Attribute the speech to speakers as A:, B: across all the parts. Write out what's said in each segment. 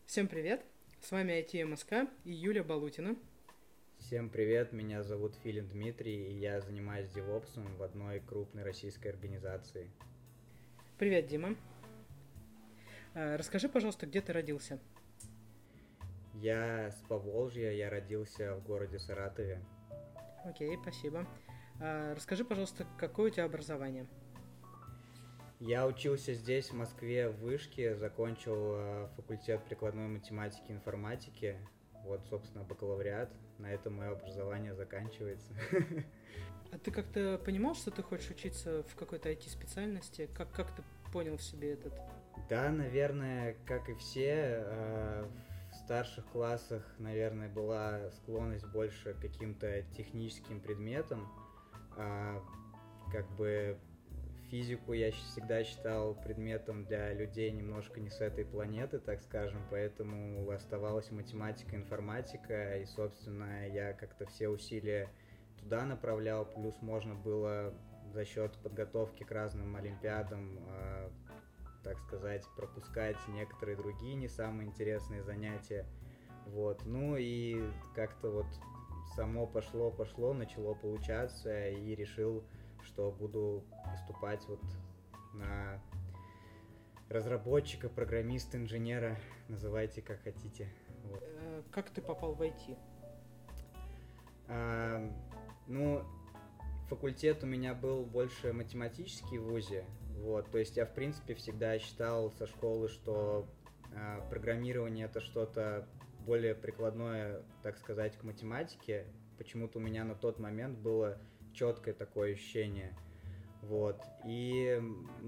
A: Всем привет! С вами IT-МСК и Юля Балутина.
B: Всем привет, меня зовут Филин Дмитрий, и я занимаюсь девопсом в одной крупной российской организации.
A: Привет, Дима. Расскажи, пожалуйста, где ты родился?
B: Я с Поволжья, я родился в городе Саратове.
A: Окей, спасибо. Расскажи, пожалуйста, какое у тебя образование?
B: Я учился здесь, в Москве, в Вышке, закончил факультет прикладной математики и информатики. Вот, собственно, бакалавриат. На этом мое образование заканчивается.
A: А ты как-то понимал, что ты хочешь учиться в какой-то IT-специальности? Как ты понял в себе этот?
B: Да, наверное, как и все, в старших классах, наверное, была склонность больше к каким-то техническим предметам. А, Как бы физику я всегда считал предметом для людей немножко не с этой планеты, так скажем, поэтому оставалась математика, информатика, и, собственно, я как-то все усилия туда направлял, плюс можно было за счет подготовки к разным олимпиадам, так сказать, пропускать некоторые другие не самые интересные занятия. Вот. Ну и как-то вот само пошло, начало получаться, и решил, что буду поступать вот на разработчика, программиста, инженера, называйте как хотите. Вот.
A: Как ты попал в IT?
B: А, ну, факультет у меня был больше математический в ВУЗе, вот, то есть я, в принципе, всегда считал со школы, что программирование это что-то более прикладное, так сказать, к математике. Почему-то у меня на тот момент было четкое такое ощущение. Вот. И,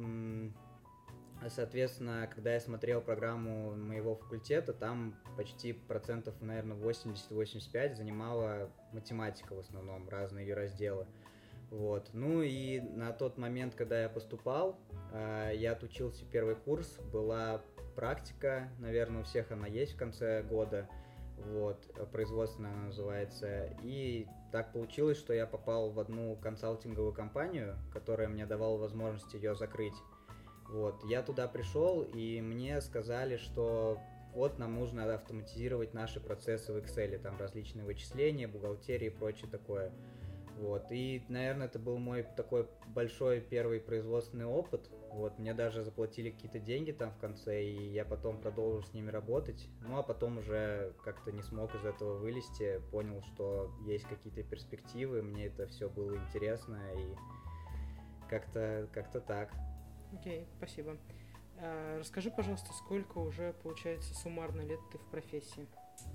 B: соответственно, когда я смотрел программу моего факультета, там почти процентов, наверное, 80-85 занимала математика в основном, разные ее разделы. Вот. Ну и на тот момент, когда я поступал, я отучился первый курс, была практика, наверное, у всех она есть в конце года, вот, производственная она называется, и так получилось, что я попал в одну консалтинговую компанию, которая мне давала возможность ее закрыть. Вот, я туда пришел, и мне сказали, что вот нам нужно автоматизировать наши процессы в Excel, там различные вычисления, бухгалтерия и прочее такое. Вот. И, наверное, это был мой такой большой первый производственный опыт. Вот. Мне даже заплатили какие-то деньги там в конце, и я потом продолжил с ними работать. Ну, а потом уже как-то не смог из этого вылезти, понял, что есть какие-то перспективы, мне это все было интересно, и как-то так.
A: Окей, спасибо. Расскажи, пожалуйста, сколько уже, получается, суммарно лет ты в профессии?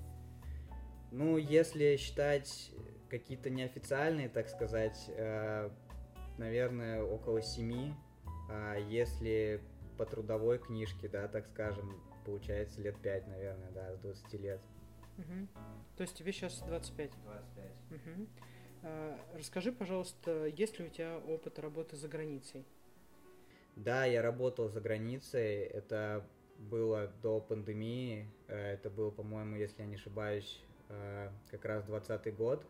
B: Ну, если считать какие-то неофициальные, так сказать, наверное, около 7. А если по трудовой книжке, да, так скажем, получается лет 5, наверное, да, с 20 лет.
A: Угу. То есть тебе сейчас 25?
B: 25.
A: Угу. Расскажи, пожалуйста, есть ли у тебя опыт работы за границей?
B: Да, я работал за границей, это было до пандемии, это был, по-моему, если я не ошибаюсь, как раз 2020 год.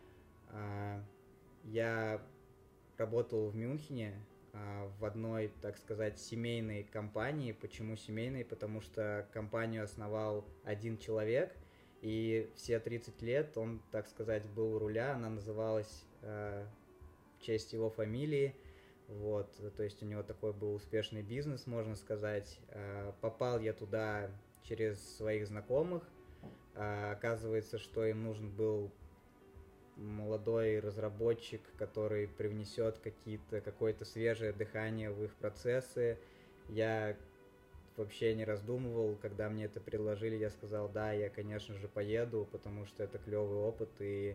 B: Я работал в Мюнхене в одной, так сказать, семейной компании. Почему семейной? Потому что компанию основал один человек, и все 30 лет он, так сказать, был у руля. Она называлась в честь его фамилии. Вот, то есть у него такой был успешный бизнес, можно сказать. Попал я туда через своих знакомых. Оказывается, что им нужен был молодой разработчик, который привнесет какое-то свежее дыхание в их процессы. Я вообще не раздумывал, когда мне это предложили, я сказал, да, я, конечно же, поеду, потому что это клевый опыт. И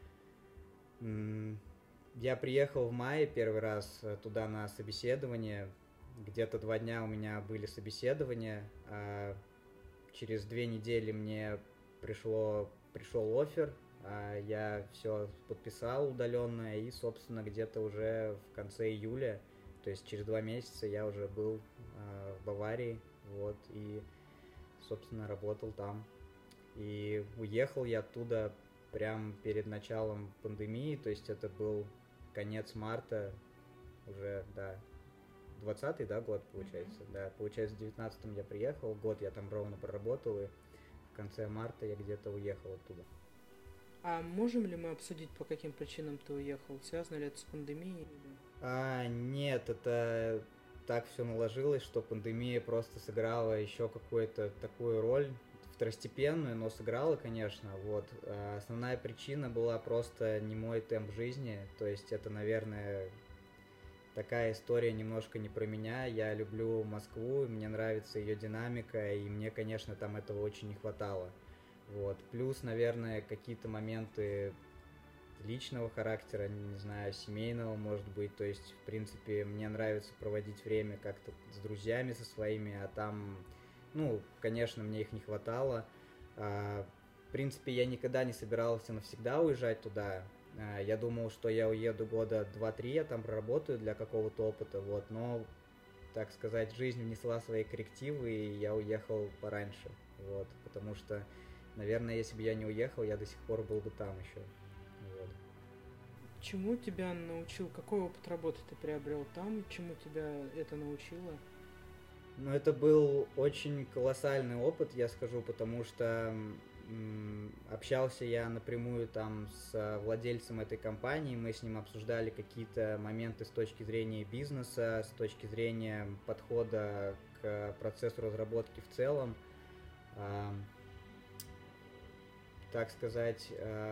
B: я приехал в мае первый раз туда на собеседование. Где-то 2 дня у меня были собеседования. Через 2 недели мне пришел оффер. Я все подписал удаленно, и, собственно, где-то уже в конце июля, то есть через 2 месяца я уже был в Баварии, вот, и, собственно, работал там. И уехал я оттуда прямо перед началом пандемии, то есть это был конец марта уже, да. 20-й, да, год, получается? Да, получается, в 19-м я приехал, год я там ровно проработал, и в конце марта я где-то уехал оттуда.
A: А можем ли мы обсудить, по каким причинам ты уехал? Связано ли это с пандемией?
B: Нет, это так все наложилось, что пандемия просто сыграла еще какую-то такую роль, второстепенную, но сыграла, конечно. Вот. Основная причина была просто не мой темп жизни, то есть это, наверное, такая история немножко не про меня. Я люблю Москву, мне нравится ее динамика, и мне, конечно, там этого очень не хватало. Вот. Плюс, наверное, какие-то моменты личного характера, не знаю, семейного, может быть. То есть, в принципе, мне нравится проводить время как-то с друзьями со своими, а там, ну, конечно, мне их не хватало. В принципе, я никогда не собирался навсегда уезжать туда. Я думал, что я уеду года 2-3, я там проработаю для какого-то опыта, вот, но, так сказать, жизнь внесла свои коррективы, и я уехал пораньше, вот, потому что, наверное, если бы я не уехал, я до сих пор был бы там еще, вот.
A: Чему тебя научил? Какой опыт работы ты приобрел там? Чему тебя это научило?
B: Ну, это был очень колоссальный опыт, я скажу, потому что общался я напрямую там с владельцем этой компании, мы с ним обсуждали какие-то моменты с точки зрения бизнеса, с точки зрения подхода к процессу разработки в целом. Так сказать,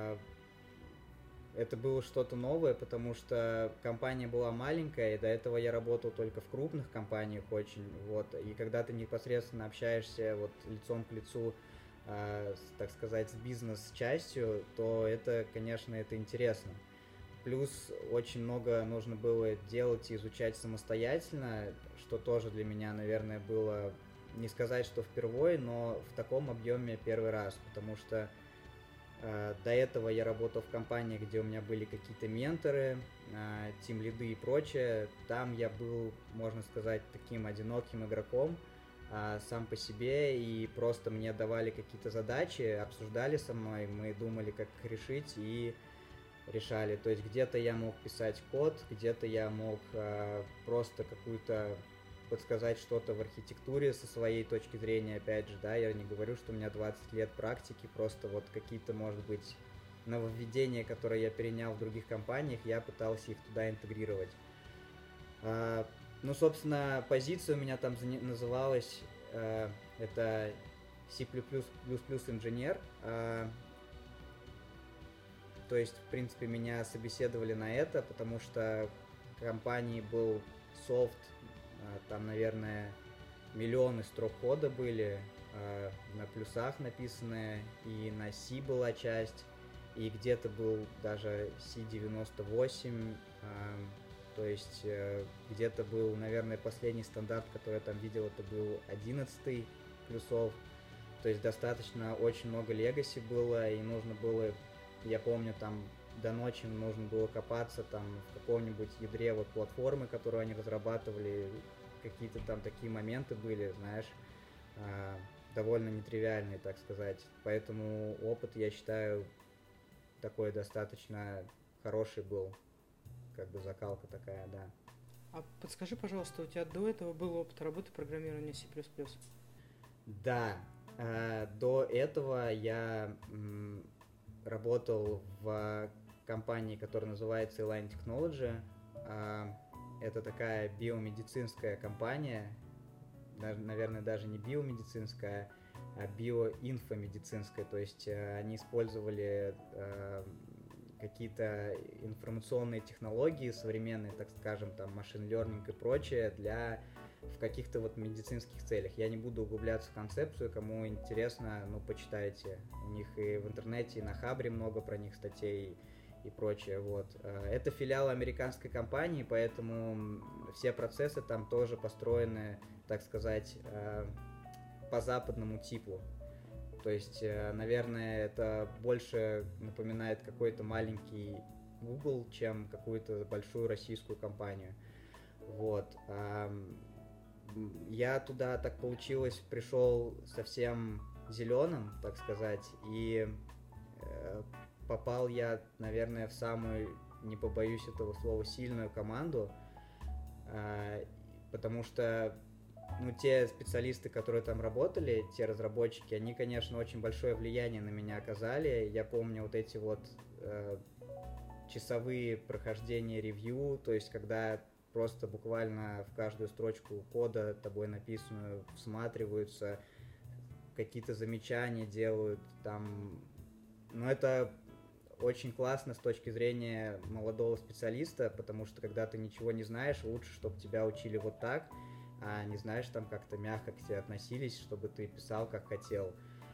B: это было что-то новое, потому что компания была маленькая, и до этого я работал только в крупных компаниях очень, вот, и когда ты непосредственно общаешься вот лицом к лицу, так сказать, с бизнес-частью, то это, конечно, это интересно. Плюс очень много нужно было делать и изучать самостоятельно, что тоже для меня, наверное, было, не сказать, что впервые, но в таком объеме первый раз, потому что до этого я работал в компании, где у меня были какие-то менторы, тимлиды и прочее. Там я был, можно сказать, таким одиноким игроком сам по себе, и просто мне давали какие-то задачи, обсуждали со мной, мы думали, как их решить, и решали. То есть где-то я мог писать код, где-то я мог просто какую-то подсказать что-то в архитектуре со своей точки зрения, опять же, да, я не говорю, что у меня 20 лет практики, просто вот какие-то, может быть, нововведения, которые я перенял в других компаниях, я пытался их туда интегрировать. Ну, собственно, позиция у меня там называлась, это C++ инженер, то есть, в принципе, меня собеседовали на это, потому что в компании был софт, там, наверное, миллионы строк кода были, на плюсах написанные, и на C была часть, и где-то был даже C98, то есть где-то был, наверное, последний стандарт, который я там видел, это был 11 плюсов, то есть достаточно очень много легаси было, и нужно было, я помню, там до ночи нужно было копаться там в каком-нибудь ядре вот платформы, которую они разрабатывали, какие-то там такие моменты были, знаешь, довольно нетривиальные, так сказать. Поэтому опыт, я считаю, такой достаточно хороший был, как бы закалка такая, да.
A: А подскажи, пожалуйста, у тебя до этого был опыт работы программирования C++?
B: Да, до этого я работал в компании, которая называется Align Technology. Это такая биомедицинская компания, наверное, даже не биомедицинская, а биоинфомедицинская. То есть они использовали какие-то информационные технологии современные, так скажем, там машин learning и прочее в каких-то вот медицинских целях. Я не буду углубляться в концепцию, кому интересно, ну, почитайте. У них и в интернете, и на Хабре много про них статей и прочее, вот. Это филиал американской компании, поэтому все процессы там тоже построены, так сказать, по западному типу. То есть, наверное, это больше напоминает какой-то маленький Google, чем какую-то большую российскую компанию. Вот. Я туда, так получилось, пришел совсем зеленым, так сказать, и попал я, наверное, в самую, не побоюсь этого слова, сильную команду. потому что ну, те специалисты, которые там работали, те разработчики, они, конечно, очень большое влияние на меня оказали. Я помню вот эти вот часовые прохождения ревью, то есть когда просто буквально в каждую строчку кода тобой написанную всматриваются, какие-то замечания делают, там, ну, это очень классно с точки зрения молодого специалиста, потому что когда ты ничего не знаешь, лучше, чтобы тебя учили вот так, а не знаешь, там как-то мягко к тебе относились, чтобы ты писал, как хотел.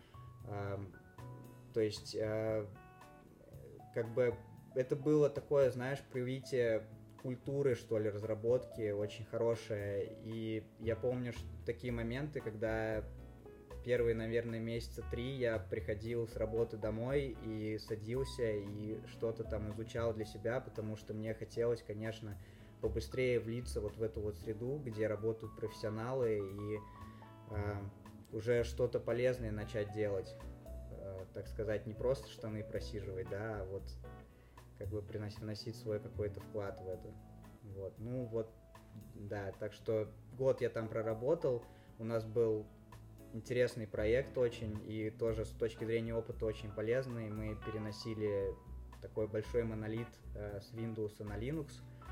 B: То есть, как бы, это было такое, знаешь, привитие культуры, что ли, разработки очень хорошее. И я помню что такие моменты, когда первые, наверное, месяца 3 я приходил с работы домой и садился и что-то там изучал для себя, потому что мне хотелось, конечно, побыстрее влиться вот в эту вот среду, где работают профессионалы, и уже что-то полезное начать делать, так сказать, не просто штаны просиживать, да, а вот как бы вносить свой какой-то вклад в это. Вот, ну вот, да, так что год я там проработал, у нас был интересный проект очень, и тоже с точки зрения опыта очень полезный. Мы переносили такой большой монолит с Windows на Linux.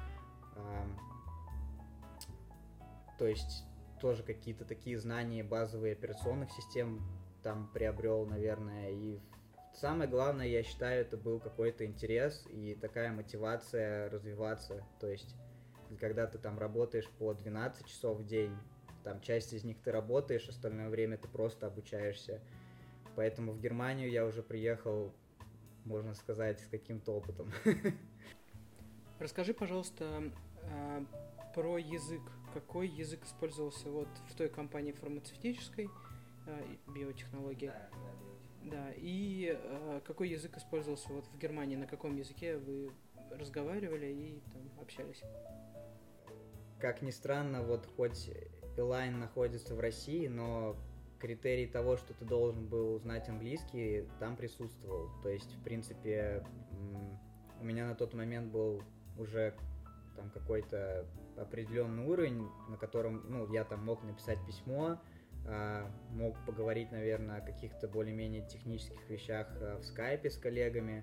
B: То есть тоже какие-то такие знания базовые операционных систем там приобрел, наверное. И самое главное, я считаю, это был какой-то интерес и такая мотивация развиваться. То есть когда ты там работаешь по 12 часов в день, там часть из них ты работаешь, остальное время ты просто обучаешься. Поэтому в Германию я уже приехал, можно сказать, с каким-то опытом.
A: Расскажи, пожалуйста, про язык. Какой язык использовался вот в той компании фармацевтической, биотехнологии? Да, и какой язык использовался вот в Германии? На каком языке вы разговаривали и там общались?
B: Как ни странно, вот хоть Beeline находится в России, но критерий того, что ты должен был знать английский, там присутствовал. То есть, в принципе, у меня на тот момент был уже там какой-то определенный уровень, на котором, ну, я там мог написать письмо, мог поговорить, наверное, о каких-то более-менее технических вещах в скайпе с коллегами.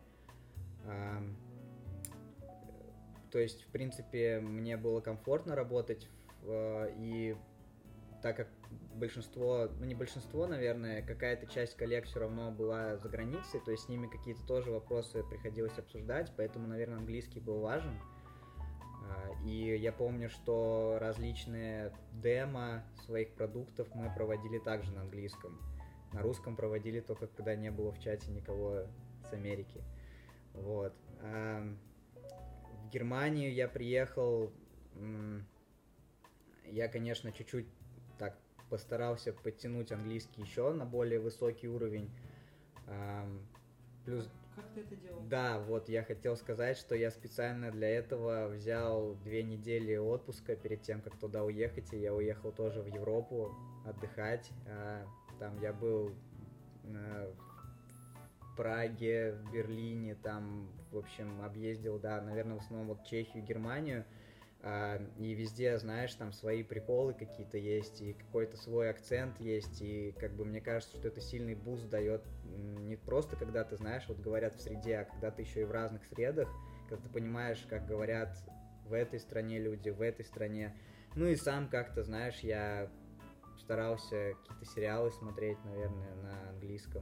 B: То есть, в принципе, мне было комфортно работать, и так как большинство, ну не большинство, наверное, какая-то часть коллег все равно была за границей, то есть с ними какие-то тоже вопросы приходилось обсуждать, поэтому, наверное, английский был важен. И я помню, что различные демо своих продуктов мы проводили также на английском. На русском проводили только когда не было в чате никого с Америки. Вот. В Германию я приехал, я, конечно, чуть-чуть так постарался подтянуть английский еще на более высокий уровень.
A: Плюс... Как ты это делал?
B: Да, вот я хотел сказать, что я специально для этого взял 2 недели отпуска перед тем, как туда уехать, и я уехал тоже в Европу отдыхать. Там я был в Праге, в Берлине, там, в общем, объездил, да, наверное, в основном вот Чехию, Германию. И везде, знаешь, там свои приколы какие-то есть, и какой-то свой акцент есть, и как бы мне кажется, что это сильный буст дает не просто, когда ты знаешь, вот говорят в среде, а когда ты еще и в разных средах, когда ты понимаешь, как говорят в этой стране люди, в этой стране. Ну и сам как-то, знаешь, я старался какие-то сериалы смотреть, наверное, на английском,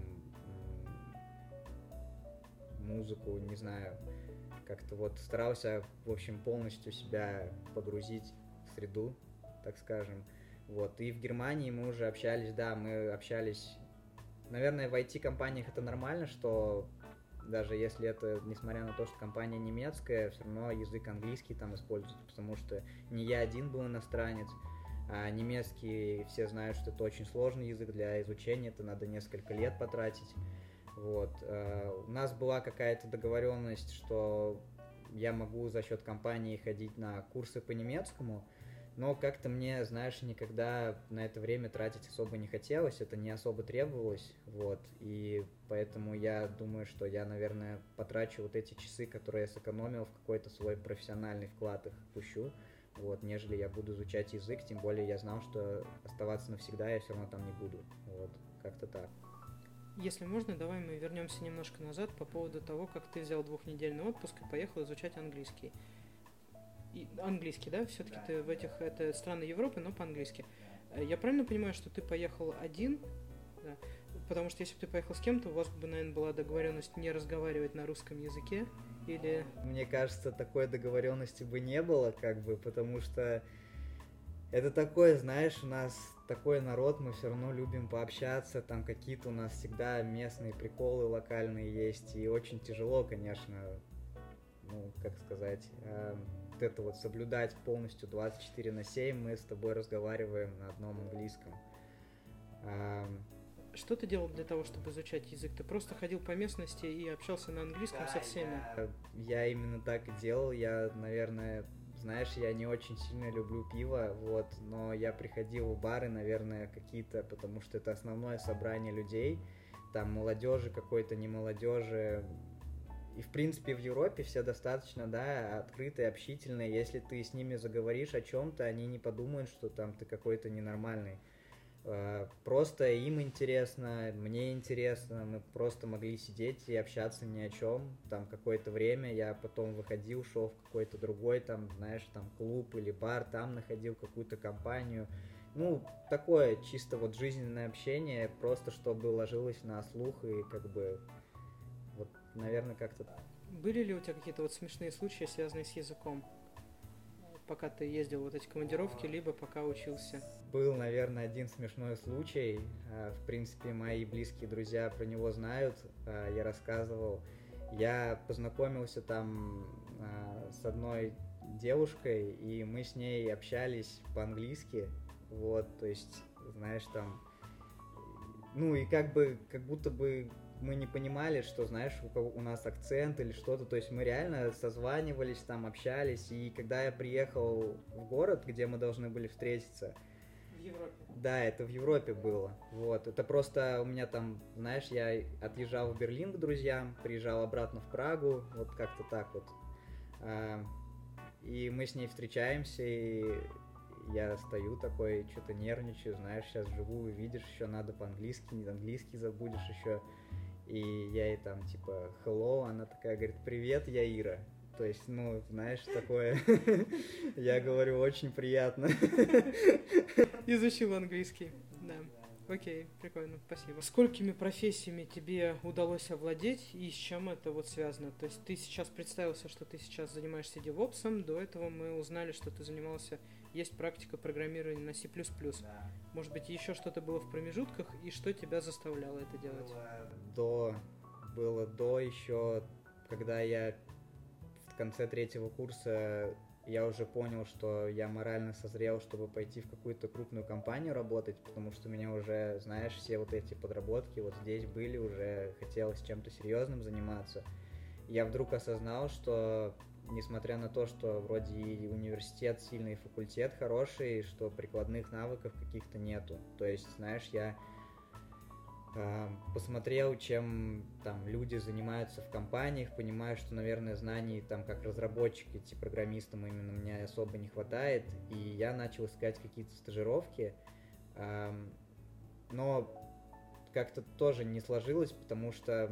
B: музыку, не знаю, как-то вот старался, в общем, полностью себя погрузить в среду, так скажем. Вот. И в Германии мы уже общались, да, мы общались, наверное, в IT-компаниях это нормально, что даже если это, несмотря на то, что компания немецкая, все равно язык английский там используется, потому что не я один был иностранец, а немецкий все знают, что это очень сложный язык для изучения, это надо несколько лет потратить. Вот. У нас была какая-то договоренность, что я могу за счет компании ходить на курсы по немецкому, но как-то мне, знаешь, никогда на это время тратить особо не хотелось, это не особо требовалось, вот, и поэтому я думаю, что я, наверное, потрачу вот эти часы, которые я сэкономил, в какой-то свой профессиональный вклад их пущу, вот, нежели я буду изучать язык, тем более я знал, что оставаться навсегда я все равно там не буду, вот, как-то так.
A: Если можно, давай мы вернемся немножко назад по поводу того, как ты взял 2-недельный отпуск и поехал изучать английский. И английский, да? Все-таки ты в этих... Это страны Европы, но по-английски. Я правильно понимаю, что ты поехал один? Да. Потому что если бы ты поехал с кем-то, у вас бы, наверное, была договоренность не разговаривать на русском языке, или...
B: Мне кажется, такой договоренности бы не было, как бы, потому что это такое, знаешь, у нас такой народ, мы все равно любим пообщаться, там какие-то у нас всегда местные приколы локальные есть, и очень тяжело, конечно, ну, как сказать, вот это вот соблюдать полностью 24/7, мы с тобой разговариваем на одном английском.
A: Что ты делал для того, чтобы изучать язык? Ты просто ходил по местности и общался на английском со всеми?
B: Я именно так и делал. Я, наверное, знаешь, я не очень сильно люблю пиво, вот, но я приходил в бары, наверное, какие-то, потому что это основное собрание людей, там молодежи какой-то, не молодежи. И, в принципе, в Европе все достаточно, да, открытые, общительные. Если ты с ними заговоришь о чем-то, они не подумают, что там ты какой-то ненормальный. Просто им интересно, мне интересно, мы просто могли сидеть и общаться ни о чем, там какое-то время, я потом выходил, шел в какой-то другой, там, знаешь, там клуб или бар, там находил какую-то компанию, ну, такое чисто вот жизненное общение, просто чтобы ложилось на слух и как бы, вот, наверное, как-то так.
A: Были ли у тебя какие-то вот смешные случаи, связанные с языком? Пока ты ездил в вот эти командировки, либо пока учился?
B: Был, наверное, один смешной случай. В принципе, мои близкие друзья про него знают. Я рассказывал. Я познакомился там с одной девушкой, и мы с ней общались по-английски. Вот, то есть, знаешь, там... Ну, и как будто бы мы не понимали, что, знаешь, у нас акцент или что-то, то есть мы реально созванивались, там общались, и когда я приехал в город, где мы должны были встретиться...
A: В Европе?
B: Да, это в Европе было, вот, это просто у меня там, знаешь, я отъезжал в Берлин к друзьям, приезжал обратно в Прагу, вот как-то так вот, и мы с ней встречаемся, и я стою такой, что-то нервничаю, знаешь, сейчас вживую видишь, еще надо по-английски, не английский забудешь еще. И я ей там, типа, hello, она такая говорит, привет, я Ира. То есть, ну, знаешь, такое, я говорю, очень приятно.
A: Изучил английский, да. Окей, прикольно, спасибо. Сколькими профессиями тебе удалось овладеть и с чем это вот связано? То есть ты сейчас представился, что ты сейчас занимаешься девопсом, до этого мы узнали, что ты занимался, есть практика программирования на C++.
B: Да.
A: Может быть, еще что-то было в промежутках, и что тебя заставляло это делать?
B: Было до еще, когда я в конце 3-го курса я уже понял, что я морально созрел, чтобы пойти в какую-то крупную компанию работать, потому что у меня уже, знаешь, все вот эти подработки вот здесь были, уже хотелось чем-то серьезным заниматься. Я вдруг осознал, что несмотря на то, что вроде и университет сильный, и факультет хороший, что прикладных навыков каких-то нету. То есть, знаешь, я посмотрел, чем там люди занимаются в компаниях, понимаю, что, наверное, знаний там как разработчик идти программистом именно мне особо не хватает, и я начал искать какие-то стажировки, но как-то тоже не сложилось, потому что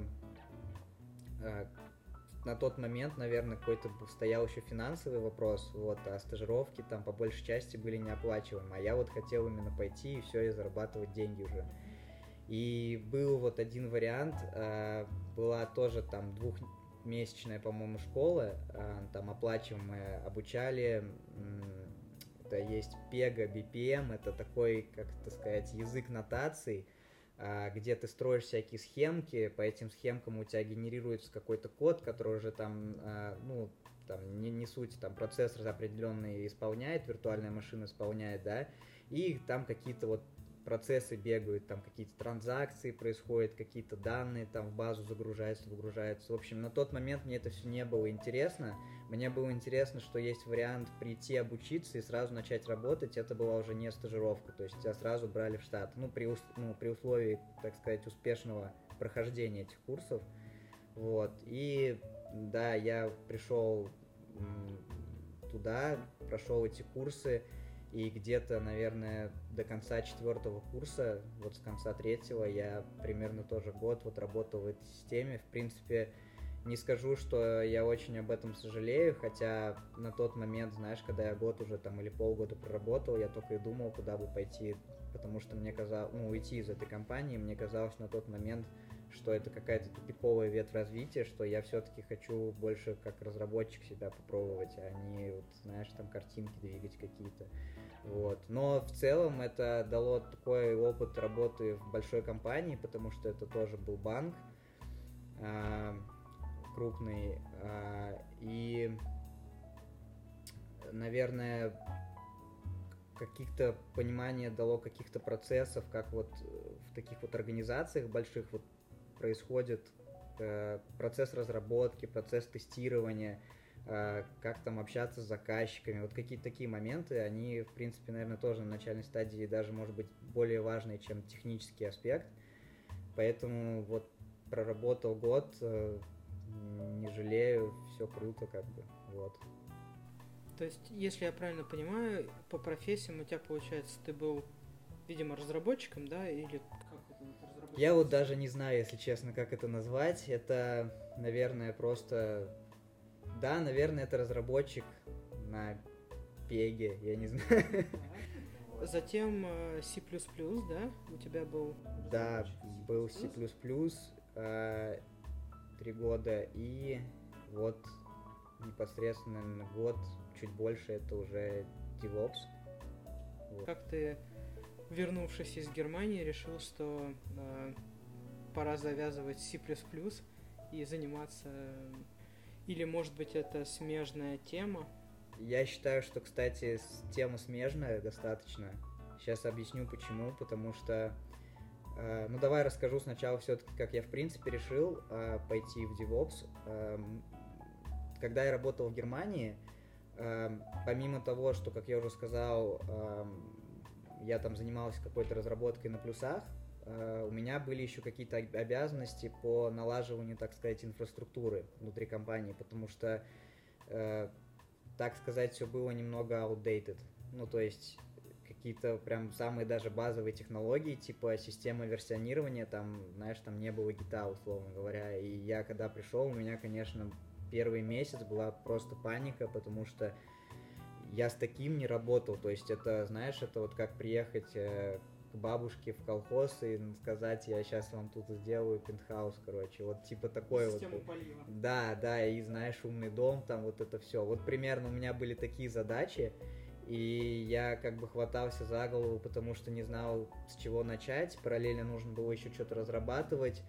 B: на тот момент, наверное, какой-то стоял еще финансовый вопрос, вот, а стажировки там по большей части были неоплачиваемы, а я вот хотел именно пойти и все, и зарабатывать деньги уже. И был вот один вариант, была тоже там 2-месячная, по-моему, школа, там оплачиваемая, обучали, это есть Pega, BPM, это такой, как это сказать, язык нотаций, где ты строишь всякие схемки, по этим схемкам у тебя генерируется какой-то код, который уже там, ну, там не суть, там процессор определенный исполняет, виртуальная машина исполняет, да, и там какие-то вот процессы бегают, там какие-то транзакции происходят, какие-то данные там в базу загружаются, выгружаются. В общем, на тот момент мне это все не было интересно. Мне было интересно, что есть вариант прийти обучиться и сразу начать работать. Это была уже не стажировка, то есть тебя сразу брали в штат. Ну, при условии, так сказать, успешного прохождения этих курсов. Вот. И да, я пришел туда, прошел эти курсы, и где-то, наверное, до конца 4-го курса, вот с конца 3-го, я примерно тоже год вот работал в этой системе. В принципе, не скажу, что я очень об этом сожалею, хотя на тот момент, знаешь, когда я год уже там или полгода проработал, я только и думал, куда бы пойти, потому что мне казалось, уйти из этой компании, мне казалось на тот момент, что это какая-то тупиковая ветвь развития, что я все-таки хочу больше как разработчик себя попробовать, а не, вот, знаешь, там картинки двигать какие-то. Вот. Но в целом это дало такой опыт работы в большой компании, потому что это тоже был банк крупный, и, наверное, каких-то понимания дало каких-то процессов, как вот в таких вот организациях больших вот происходит процесс разработки, процесс тестирования, как там общаться с заказчиками. Вот какие-то такие моменты, они, в принципе, наверное, тоже на начальной стадии даже, может быть, более важные, чем технический аспект. Поэтому вот проработал год, не жалею, все круто, как бы, вот.
A: То есть, если я правильно понимаю, по профессиям у тебя, получается, ты был, видимо, разработчиком, да, или как это разработчик?
B: Я вот даже не знаю, если честно, как это назвать. Это, наверное, просто... Да, наверное, это разработчик на пеге, я не знаю.
A: Затем C++, да, у тебя был?
B: Да, был C++, 3 года, и вот непосредственно, наверное, год, чуть больше, это уже DevOps. Вот.
A: Как ты, вернувшись из Германии, решил, что пора завязывать C++ и заниматься... Или, может быть, это смежная тема?
B: Я считаю, что, кстати, тема смежная достаточно. Сейчас объясню почему. Потому что... ну, давай расскажу сначала все-таки, как я, в принципе, решил пойти в DevOps. Когда я работал в Германии, помимо того, что, как я уже сказал, я там занимался какой-то разработкой на плюсах, у меня были еще какие-то обязанности по налаживанию, так сказать, инфраструктуры внутри компании, потому что, так сказать, все было немного outdated. Ну, то есть какие-то прям самые даже базовые технологии, типа система версионирования, там, знаешь, там не было гита, условно говоря. И я, когда пришел, у меня, конечно, первый месяц была просто паника, потому что я с таким не работал. То есть это, знаешь, это вот как приехать к бабушке в колхоз и сказать, я сейчас вам тут сделаю пентхаус, короче, вот типа такой
A: Систему
B: вот.
A: полива.
B: Да, и знаешь, умный дом, там вот это все. Вот примерно у меня были такие задачи, и я как бы хватался за голову, потому что не знал, с чего начать. Параллельно нужно было еще что-то разрабатывать.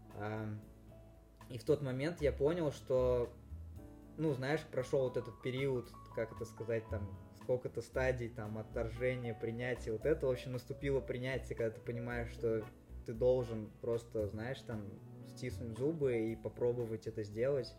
B: И в тот момент я понял, что, ну, знаешь, прошел вот этот период, как это сказать, там, сколько-то стадий, там, отторжения, принятия, вот это, в общем, наступило принятие, когда ты понимаешь, что ты должен просто, знаешь, там, стиснуть зубы и попробовать это сделать.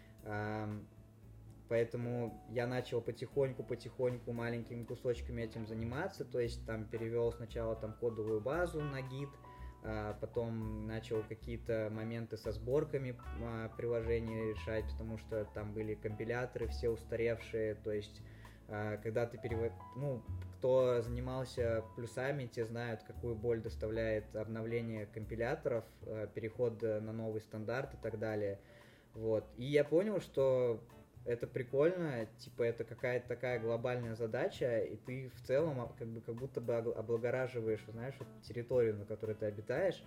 B: Поэтому я начал потихоньку маленькими кусочками этим заниматься, то есть там перевел сначала там кодовую базу на Git, потом начал какие-то моменты со сборками приложений решать, потому что там были компиляторы все устаревшие, то есть когда ты ну, кто занимался плюсами, те знают, какую боль доставляет обновление компиляторов, переход на новый стандарт и так далее. Вот. И я понял, что это прикольно, типа это какая-то такая глобальная задача, и ты в целом как будто бы облагораживаешь, знаешь, вот территорию, на которой ты обитаешь.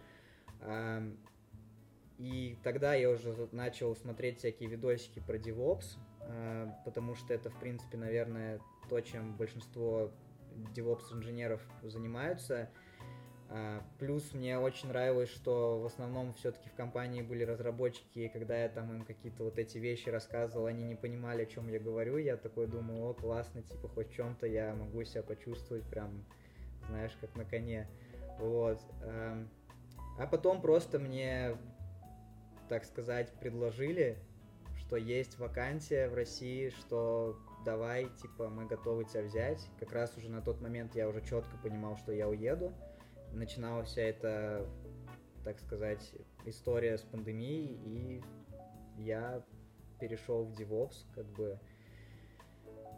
B: И тогда я уже начал смотреть всякие видосики про DevOps, потому что это, в принципе, наверное, то, чем большинство DevOps-инженеров занимаются. Плюс мне очень нравилось, что в основном все-таки в компании были разработчики, и когда я там им какие-то вот эти вещи рассказывал, они не понимали, о чем я говорю. Я такой думаю, о, классно, типа хоть в чем-то я могу себя почувствовать прям, знаешь, как на коне. Вот. А потом просто мне, так сказать, предложили, что есть вакансия в России, что давай, типа, мы готовы тебя взять. Как раз уже на тот момент я уже четко понимал, что я уеду. Начиналась вся эта, так сказать, история с пандемией, и я перешел в DevOps, как бы.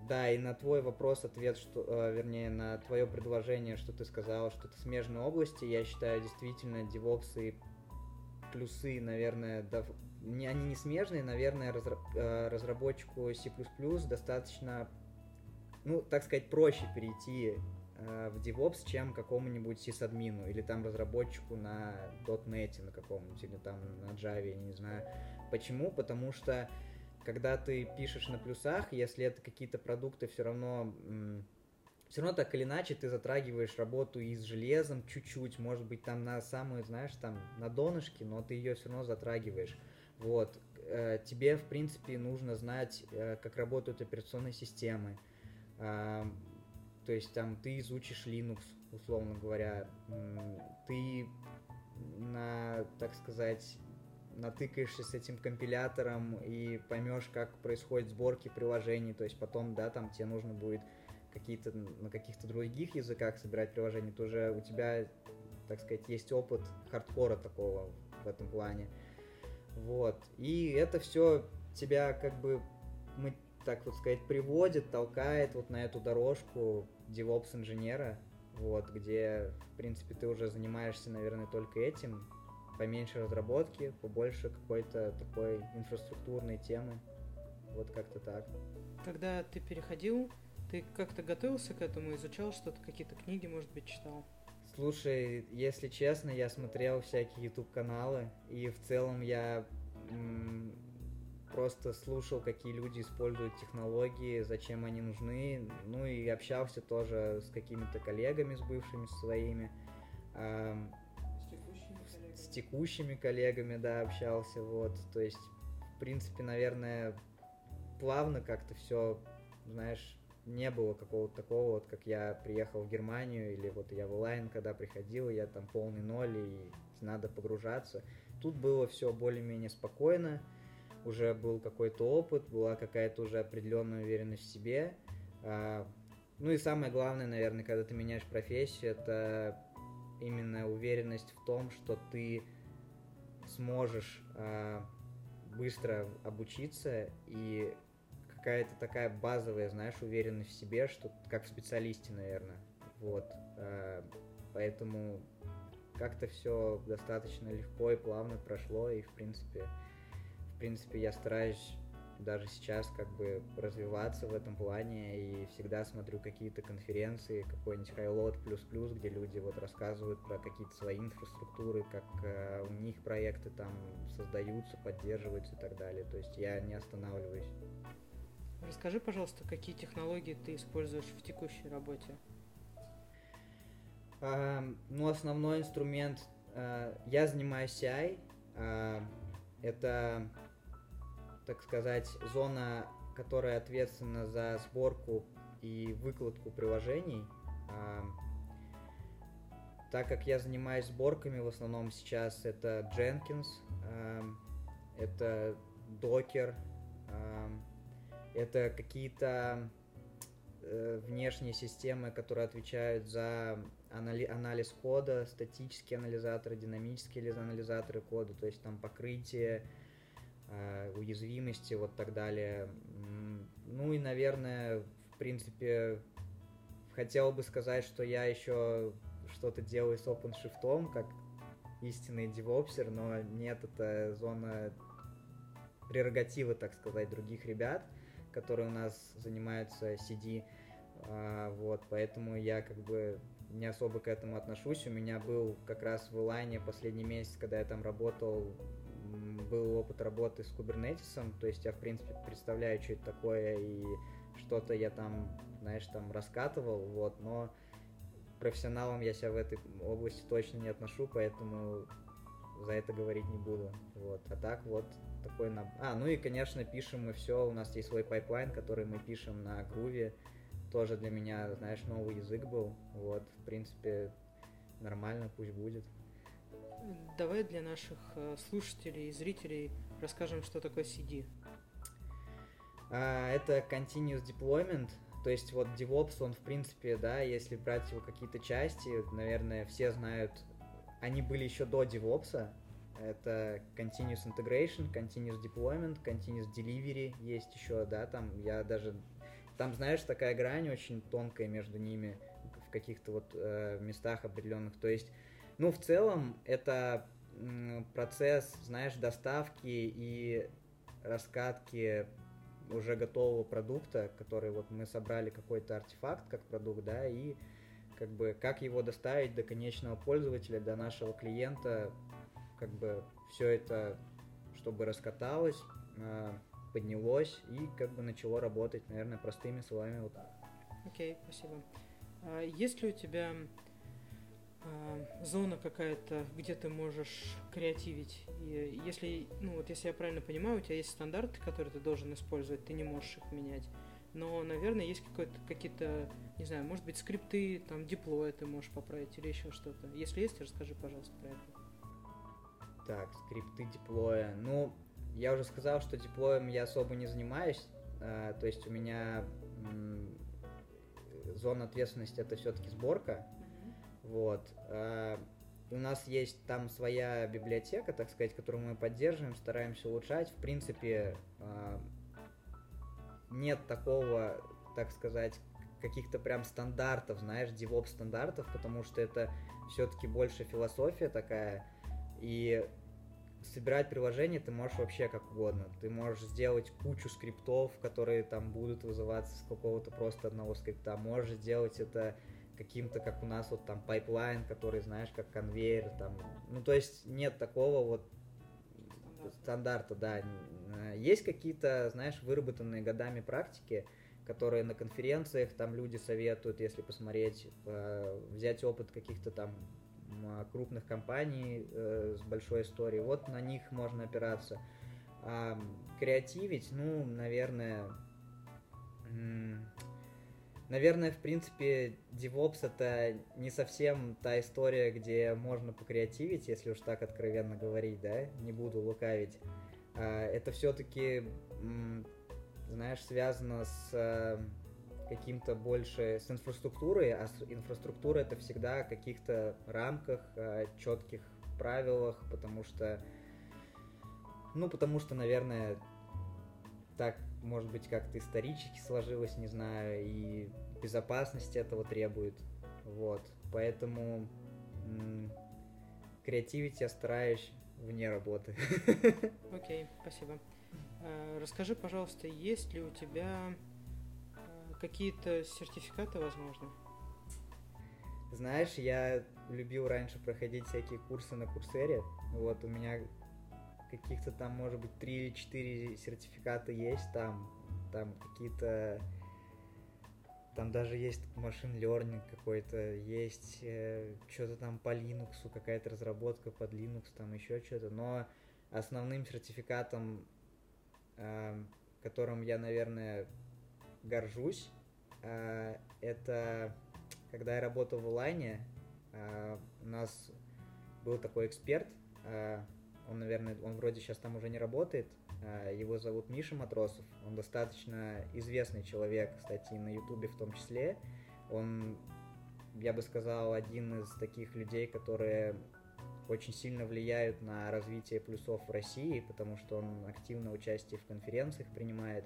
B: Да, и на твой вопрос ответ, что, вернее, на твое предложение, что ты сказал, что это смежные области, я считаю, действительно, DevOps и плюсы, наверное, они не смежные, наверное, разработчику C++ достаточно, ну, так сказать, проще перейти в DevOps, чем какому-нибудь сисадмину или там разработчику на .NET на каком-нибудь, или там на Java, я не знаю. Почему? Потому что когда ты пишешь на плюсах, если это какие-то продукты, все равно так или иначе ты затрагиваешь работу и с железом чуть-чуть, может быть, там на самую, знаешь, там на донышке, но ты ее все равно затрагиваешь. Вот. Тебе, в принципе, нужно знать, как работают операционные системы. То есть там ты изучишь Linux, условно говоря, ты так сказать, натыкаешься с этим компилятором и поймешь, как происходят сборки приложений, то есть потом, да, там тебе нужно будет на каких-то других языках собирать приложения, то уже у тебя, так сказать, есть опыт хардкора такого в этом плане. Вот. И это все тебя как бы, так вот сказать, приводит, толкает вот на эту дорожку DevOps-инженера, вот, где, в принципе, ты уже занимаешься, наверное, только этим, поменьше разработки, побольше какой-то такой инфраструктурной темы, вот как-то так.
A: Когда ты переходил, ты как-то готовился к этому, изучал что-то, какие-то книги, может быть, читал?
B: Слушай, если честно, я смотрел всякие YouTube-каналы, и в целом я просто слушал, какие люди используют технологии, зачем они нужны, ну и общался тоже с какими-то коллегами, с бывшими своими, с текущими коллегами, да, общался, вот, то есть, в принципе, наверное, плавно как-то все, знаешь, не было какого-то такого, вот как я приехал в Германию, или вот я в Илайн, когда приходил, я там полный ноль, и надо погружаться. Тут было все более-менее спокойно, уже был какой-то опыт, была какая-то уже определенная уверенность в себе. Ну и самое главное, наверное, когда ты меняешь профессию, это именно уверенность в том, что ты сможешь быстро обучиться, и какая-то такая базовая, знаешь, уверенность в себе, что как в специалисте, наверное. Вот. Поэтому как-то все достаточно легко и плавно прошло, и в принципе я стараюсь даже сейчас как бы развиваться в этом плане, и всегда смотрю какие-то конференции, какой-нибудь Highload++, где люди вот рассказывают про какие-то свои инфраструктуры, как у них проекты там создаются, поддерживаются и так далее. То есть я не останавливаюсь.
A: Расскажи, пожалуйста, какие технологии ты используешь в текущей работе?
B: Ну, основной инструмент, я занимаюсь CI, это, так сказать, зона, которая ответственна за сборку и выкладку приложений. Так как я занимаюсь сборками, в основном сейчас это Jenkins, это Docker, это какие-то внешние системы, которые отвечают за анализ кода, статические анализаторы, динамические анализаторы кода, то есть там покрытие, уязвимости, вот так далее. Ну и, наверное, в принципе, хотел бы сказать, что я еще что-то делаю с OpenShift, как истинный девопсер, но нет, это зона прерогативы, так сказать, других ребят, которые у нас занимаются CD, вот, поэтому я как бы не особо к этому отношусь. У меня был как раз в Илайне последний месяц, когда я там работал, был опыт работы с Kubernetes, то есть я, в принципе, представляю, что это такое, и что-то я там, знаешь, там раскатывал, вот, но профессионалом я себя в этой области точно не отношу, поэтому за это говорить не буду, вот, а так вот такой ну и, конечно, пишем мы все, у нас есть свой пайплайн, который мы пишем на Groovy, тоже для меня, знаешь, новый язык был, вот, в принципе, нормально, пусть будет.
A: Давай для наших слушателей и зрителей расскажем, что такое CD.
B: Это Continuous Deployment, то есть вот DevOps, он, в принципе, да, если брать его какие-то части, наверное, все знают, они были еще до DevOps, это Continuous Integration, Continuous Deployment, Continuous Delivery есть еще, да, там я даже там, знаешь, такая грань очень тонкая между ними в каких-то вот местах определенных. То есть, ну, в целом, это процесс, знаешь, доставки и раскатки уже готового продукта, который вот мы собрали какой-то артефакт как продукт, да, и как бы как его доставить до конечного пользователя, до нашего клиента, как бы все это, чтобы раскаталось, поднялось и как бы начало работать, наверное, простыми словами вот так.
A: Окей, спасибо. Есть ли у тебя зона какая-то, где ты можешь креативить? И если, ну вот если я правильно понимаю, у тебя есть стандарты, которые ты должен использовать, ты не можешь их менять. Но, наверное, есть какие-то, не знаю, может быть, скрипты, там, деплоя ты можешь поправить или еще что-то. Если есть, расскажи, пожалуйста, про это.
B: Так, скрипты деплоя. Ну, я уже сказал, что деплоем я особо не занимаюсь. То есть у меня зона ответственности это все-таки сборка. Вот. У нас есть там своя библиотека, так сказать, которую мы поддерживаем, стараемся улучшать. В принципе, нет такого, так сказать, каких-то прям стандартов, знаешь, DevOps стандартов, потому что это все-таки больше философия такая. И собирать приложение ты можешь вообще как угодно. Ты можешь сделать кучу скриптов, которые там будут вызываться с какого-то просто одного скрипта. Можешь сделать это каким-то, как у нас вот там пайплайн, который, знаешь, как конвейер там. Ну, то есть нет такого вот стандарта, да. Есть какие-то, знаешь, выработанные годами практики, которые на конференциях там люди советуют, если посмотреть, взять опыт каких-то там крупных компаний с большой историей, вот на них можно опираться. Креативить, ну, наверное, в принципе, DevOps это не совсем та история, где можно покреативить, если уж так откровенно говорить, да, не буду лукавить. Это все-таки, знаешь, связано с каким-то больше с инфраструктурой, а инфраструктура это всегда в каких-то рамках, четких правилах, потому что, наверное, так, может быть, как-то исторически сложилось, не знаю, и безопасность этого требует, вот, поэтому креативить я стараюсь вне работы.
A: Окей, спасибо. Расскажи, пожалуйста, есть ли у тебя какие-то сертификаты, возможно?
B: Знаешь, я любил раньше проходить всякие курсы на Курсере. Вот, у меня каких-то там, может быть, 3 или 4 сертификата есть там какие-то... Там даже есть машин learning какой-то, есть что-то там по Linux, какая-то разработка под Linux, там еще что-то. Но основным сертификатом, которым я, наверное, горжусь, это когда я работал в онлайне, у нас был такой эксперт, он вроде сейчас там уже не работает, его зовут Миша Матросов, он достаточно известный человек, кстати, и на Ютубе в том числе. Он, я бы сказал, один из таких людей, которые очень сильно влияют на развитие плюсов в России, потому что он активно участие в конференциях принимает.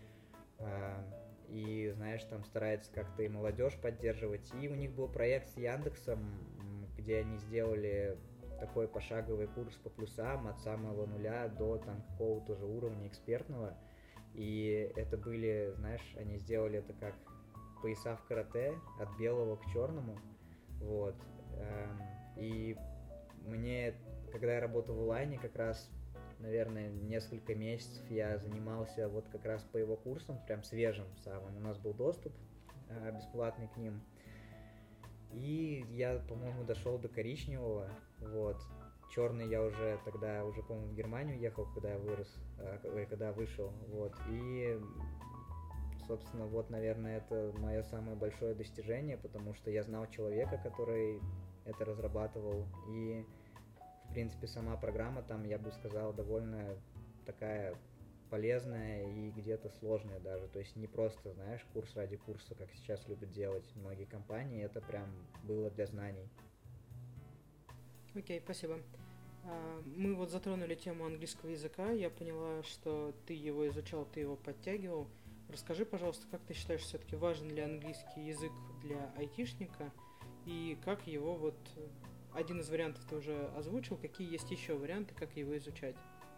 B: И, знаешь, там старается как-то и молодежь поддерживать. И у них был проект с Яндексом, где они сделали такой пошаговый курс по плюсам от самого нуля до там какого-то же уровня экспертного. И это были, знаешь, они сделали это как пояса в карате от белого к черному. Вот. И мне, когда я работал в онлайне, как раз, наверное, несколько месяцев я занимался вот как раз по его курсам, прям свежим самым. У нас был доступ бесплатный к ним. И я, по-моему, дошел до коричневого, вот. Черный я уже тогда, по-моему, в Германию ехал, когда я когда вышел, вот. И, собственно, вот, наверное, это мое самое большое достижение, потому что я знал человека, который это разрабатывал, и в принципе, сама программа там, я бы сказал, довольно такая полезная и где-то сложная даже. То есть не просто, знаешь, курс ради курса, как сейчас любят делать многие компании. Это прям было для знаний.
A: Окей, спасибо. Мы вот затронули тему английского языка. Я поняла, что ты его изучал, ты его подтягивал. Расскажи, пожалуйста, как ты считаешь, все-таки важен ли английский язык для айтишника, и как его вот... Один из вариантов ты уже озвучил, какие есть еще варианты, как его изучать?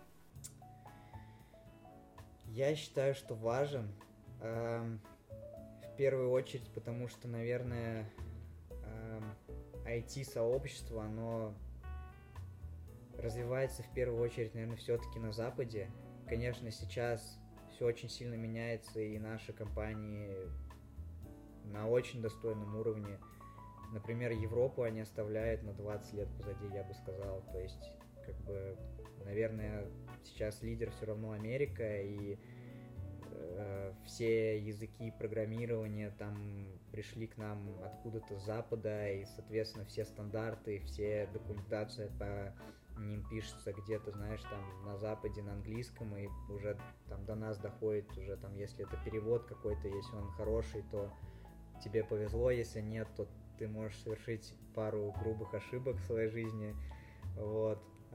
B: Я считаю, что важен. В первую очередь, потому что, наверное, IT-сообщество, оно развивается в первую очередь, наверное, все-таки на Западе. Конечно, сейчас все очень сильно меняется, и наши компании на очень достойном уровне. Например, Европу они оставляют на 20 лет позади, я бы сказал. То есть, как бы, наверное, сейчас лидер все равно Америка, и все языки программирования там пришли к нам откуда-то с Запада, и, соответственно, все стандарты, все документация по ним пишется где-то, знаешь, там на Западе на английском, и уже там до нас доходит уже там, если это перевод какой-то, если он хороший, то тебе повезло, если нет, то ты можешь совершить пару грубых ошибок в своей жизни, вот.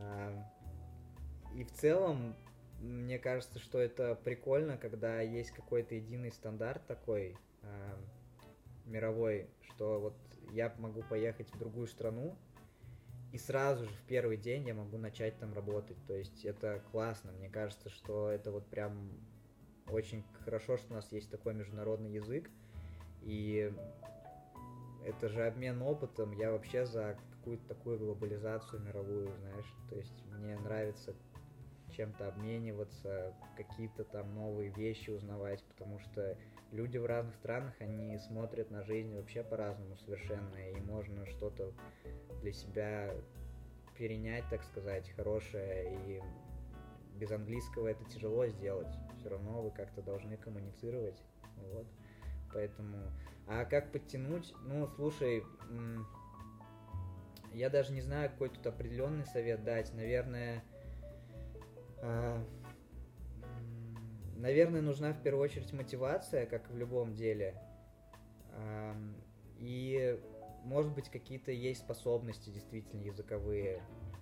B: И в целом, мне кажется, что это прикольно, когда есть какой-то единый стандарт такой мировой, что вот я могу поехать в другую страну, и сразу же в первый день я могу начать там работать. То есть это классно. Мне кажется, что это вот прям очень хорошо, что у нас есть такой международный язык. И это же обмен опытом. Я вообще за какую-то такую глобализацию мировую, знаешь. То есть мне нравится чем-то обмениваться, какие-то там новые вещи узнавать, потому что люди в разных странах, они смотрят на жизнь вообще по-разному совершенно, и можно что-то для себя перенять, так сказать, хорошее, и без английского это тяжело сделать. Все равно вы как-то должны коммуницировать, вот. Поэтому... А как подтянуть? Ну, слушай, я даже не знаю, какой тут определенный совет дать. Наверное, нужна в первую очередь мотивация, как в любом деле. И, может быть, какие-то есть способности действительно языковые.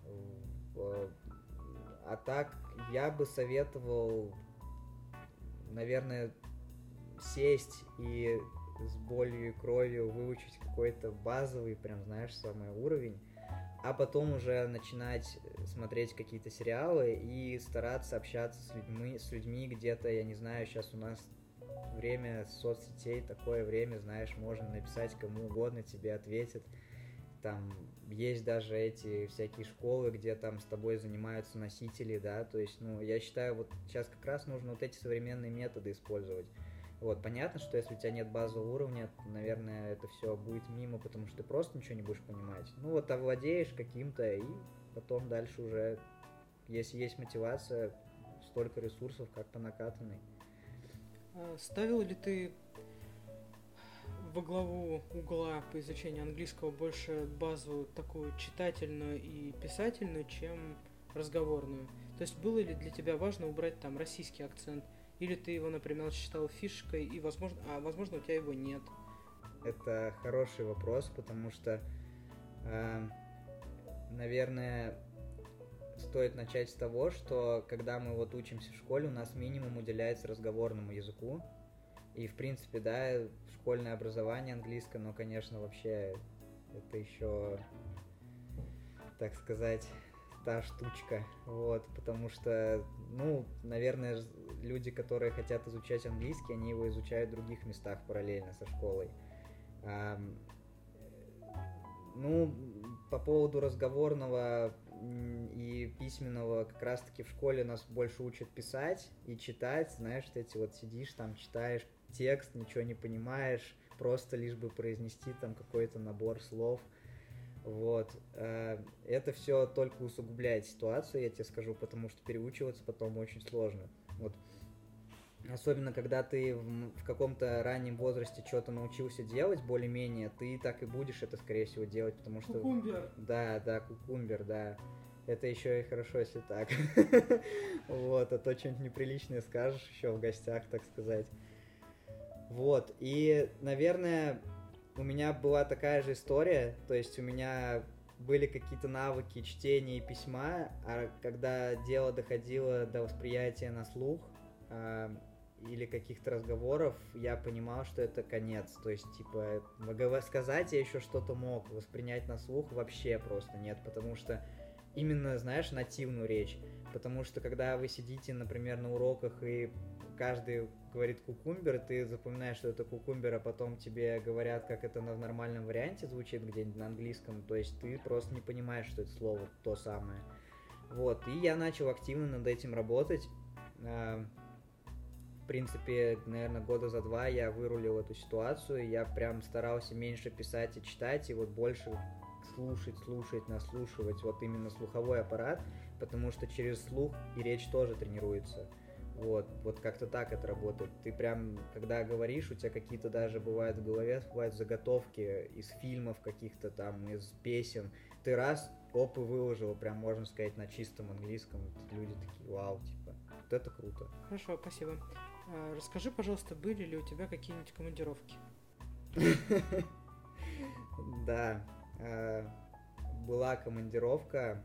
B: А так, я бы советовал, наверное, сесть и с болью и кровью выучить какой-то базовый, прям, знаешь, самый уровень, а потом уже начинать смотреть какие-то сериалы и стараться общаться с людьми где-то, я не знаю, сейчас у нас время соцсетей, такое время, знаешь, можно написать кому угодно, тебе ответят. Там есть даже эти всякие школы, где там с тобой занимаются носители, да, то есть, ну, я считаю, вот сейчас как раз нужно вот эти современные методы использовать. Вот, понятно, что если у тебя нет базового уровня, то, наверное, это все будет мимо, потому что ты просто ничего не будешь понимать. Ну вот, овладеешь каким-то, и потом дальше уже, если есть мотивация, столько ресурсов, как по накатанной.
A: Ставил ли ты во главу угла по изучению английского больше базовую такую читательную и писательную, чем разговорную? То есть было ли для тебя важно убрать там российский акцент? Или ты его, например, считал фишкой, и возможно у тебя его нет?
B: Это хороший вопрос, потому что, наверное, стоит начать с того, что когда мы вот учимся в школе, у нас минимум уделяется разговорному языку. И, в принципе, да, школьное образование английское, но, конечно, вообще это еще, так сказать, та штучка, вот, потому что, ну, наверное, люди, которые хотят изучать английский, они его изучают в других местах параллельно со школой. Ну, по поводу разговорного и письменного, как раз-таки в школе нас больше учат писать и читать, знаешь, эти вот сидишь там, читаешь текст, ничего не понимаешь, просто лишь бы произнести там какой-то набор слов. Вот. Это все только усугубляет ситуацию, я тебе скажу, потому что переучиваться потом очень сложно. Вот. Особенно, когда ты в каком-то раннем возрасте что-то научился делать более-менее, ты так и будешь это, скорее всего, делать, потому что...
A: Кукумбер.
B: Да, кукумбер, да. Это еще и хорошо, если так. Вот, а то что-нибудь неприличное скажешь еще в гостях, так сказать. Вот, и, наверное, у меня была такая же история, то есть у меня были какие-то навыки чтения и письма, а когда дело доходило до восприятия на слух, или каких-то разговоров, я понимал, что это конец. То есть, типа, сказать я еще что-то мог, воспринять на слух вообще просто нет, потому что именно, знаешь, нативную речь. Потому что, когда вы сидите, например, на уроках, и каждый говорит кукумбер, ты запоминаешь, что это кукумбер, а потом тебе говорят, как это в нормальном варианте звучит где-нибудь на английском, то есть ты просто не понимаешь, что это слово то самое. Вот, и я начал активно над этим работать. В принципе, наверное, года за 2 я вырулил эту ситуацию, я прям старался меньше писать и читать, и вот больше слушать, наслушивать вот именно слуховой аппарат, потому что через слух и речь тоже тренируется. Вот как-то так это работает. Ты прям, когда говоришь, у тебя какие-то даже бывают в голове, бывают заготовки из фильмов каких-то там, из песен. Ты раз, оп, и выложил, прям, можно сказать, на чистом английском. Люди такие, вау, типа, вот это круто.
A: Хорошо, спасибо. Расскажи, пожалуйста, были ли у тебя какие-нибудь командировки?
B: Да, была командировка,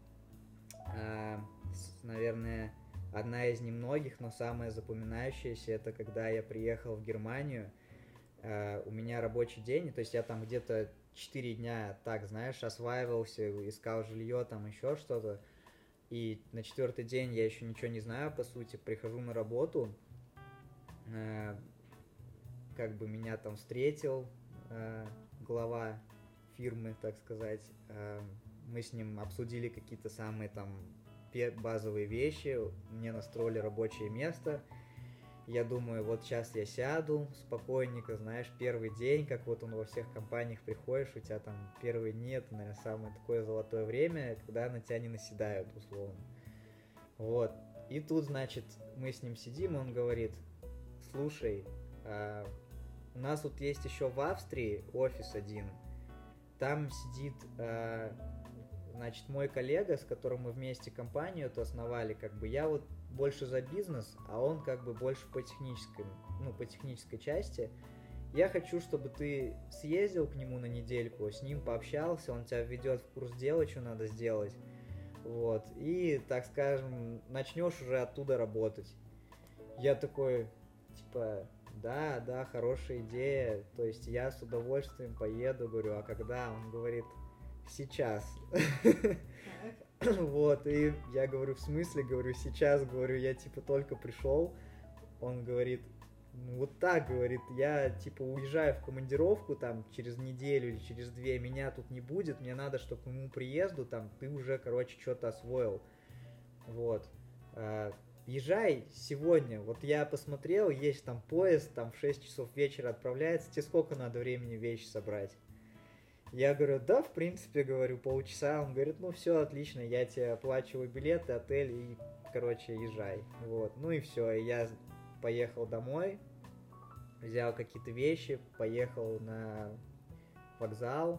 B: наверное, одна из немногих, но самая запоминающаяся, это когда я приехал в Германию. У меня рабочий день, то есть я там где-то 4 дня, так, знаешь, осваивался, искал жилье, там еще что-то. И на 4-й день я еще ничего не знаю, по сути, прихожу на работу, как бы меня там встретил глава фирмы, так сказать. Мы с ним обсудили какие-то самые там базовые вещи, мне настроили рабочее место. Я думаю, вот сейчас я сяду спокойненько, знаешь, первый день, как вот он во всех компаниях приходишь, у тебя там первые дни, это, наверное, самое такое золотое время, когда на тебя не наседают, условно. Вот. И тут, значит, мы с ним сидим, он говорит, слушай, у нас тут есть еще в Австрии офис один, там сидит, значит, мой коллега, с которым мы вместе компанию эту основали, как бы я вот больше за бизнес, а он как бы больше по технической части. Я хочу, чтобы ты съездил к нему на недельку, с ним пообщался, он тебя введет в курс дела, что надо сделать. Вот. И, так скажем, начнешь уже оттуда работать. Я такой, типа, да, хорошая идея. То есть я с удовольствием поеду, говорю, а когда? Он говорит, сейчас. Вот, и я говорю, в смысле, говорю, сейчас, говорю, я типа только пришел. Он говорит, ну вот так, говорит, я типа уезжаю в командировку там через неделю или через 2, меня тут не будет, мне надо, чтобы к моему приезду там ты уже, короче, что-то освоил. Вот. Езжай сегодня, вот я посмотрел, есть там поезд, там в 6 часов вечера отправляется, тебе сколько надо времени вещи собрать? Я говорю, да, в принципе, говорю, полчаса. Он говорит, ну все, отлично, я тебе оплачиваю билеты, отель и, короче, езжай. Вот, ну и все, я поехал домой, взял какие-то вещи, поехал на вокзал,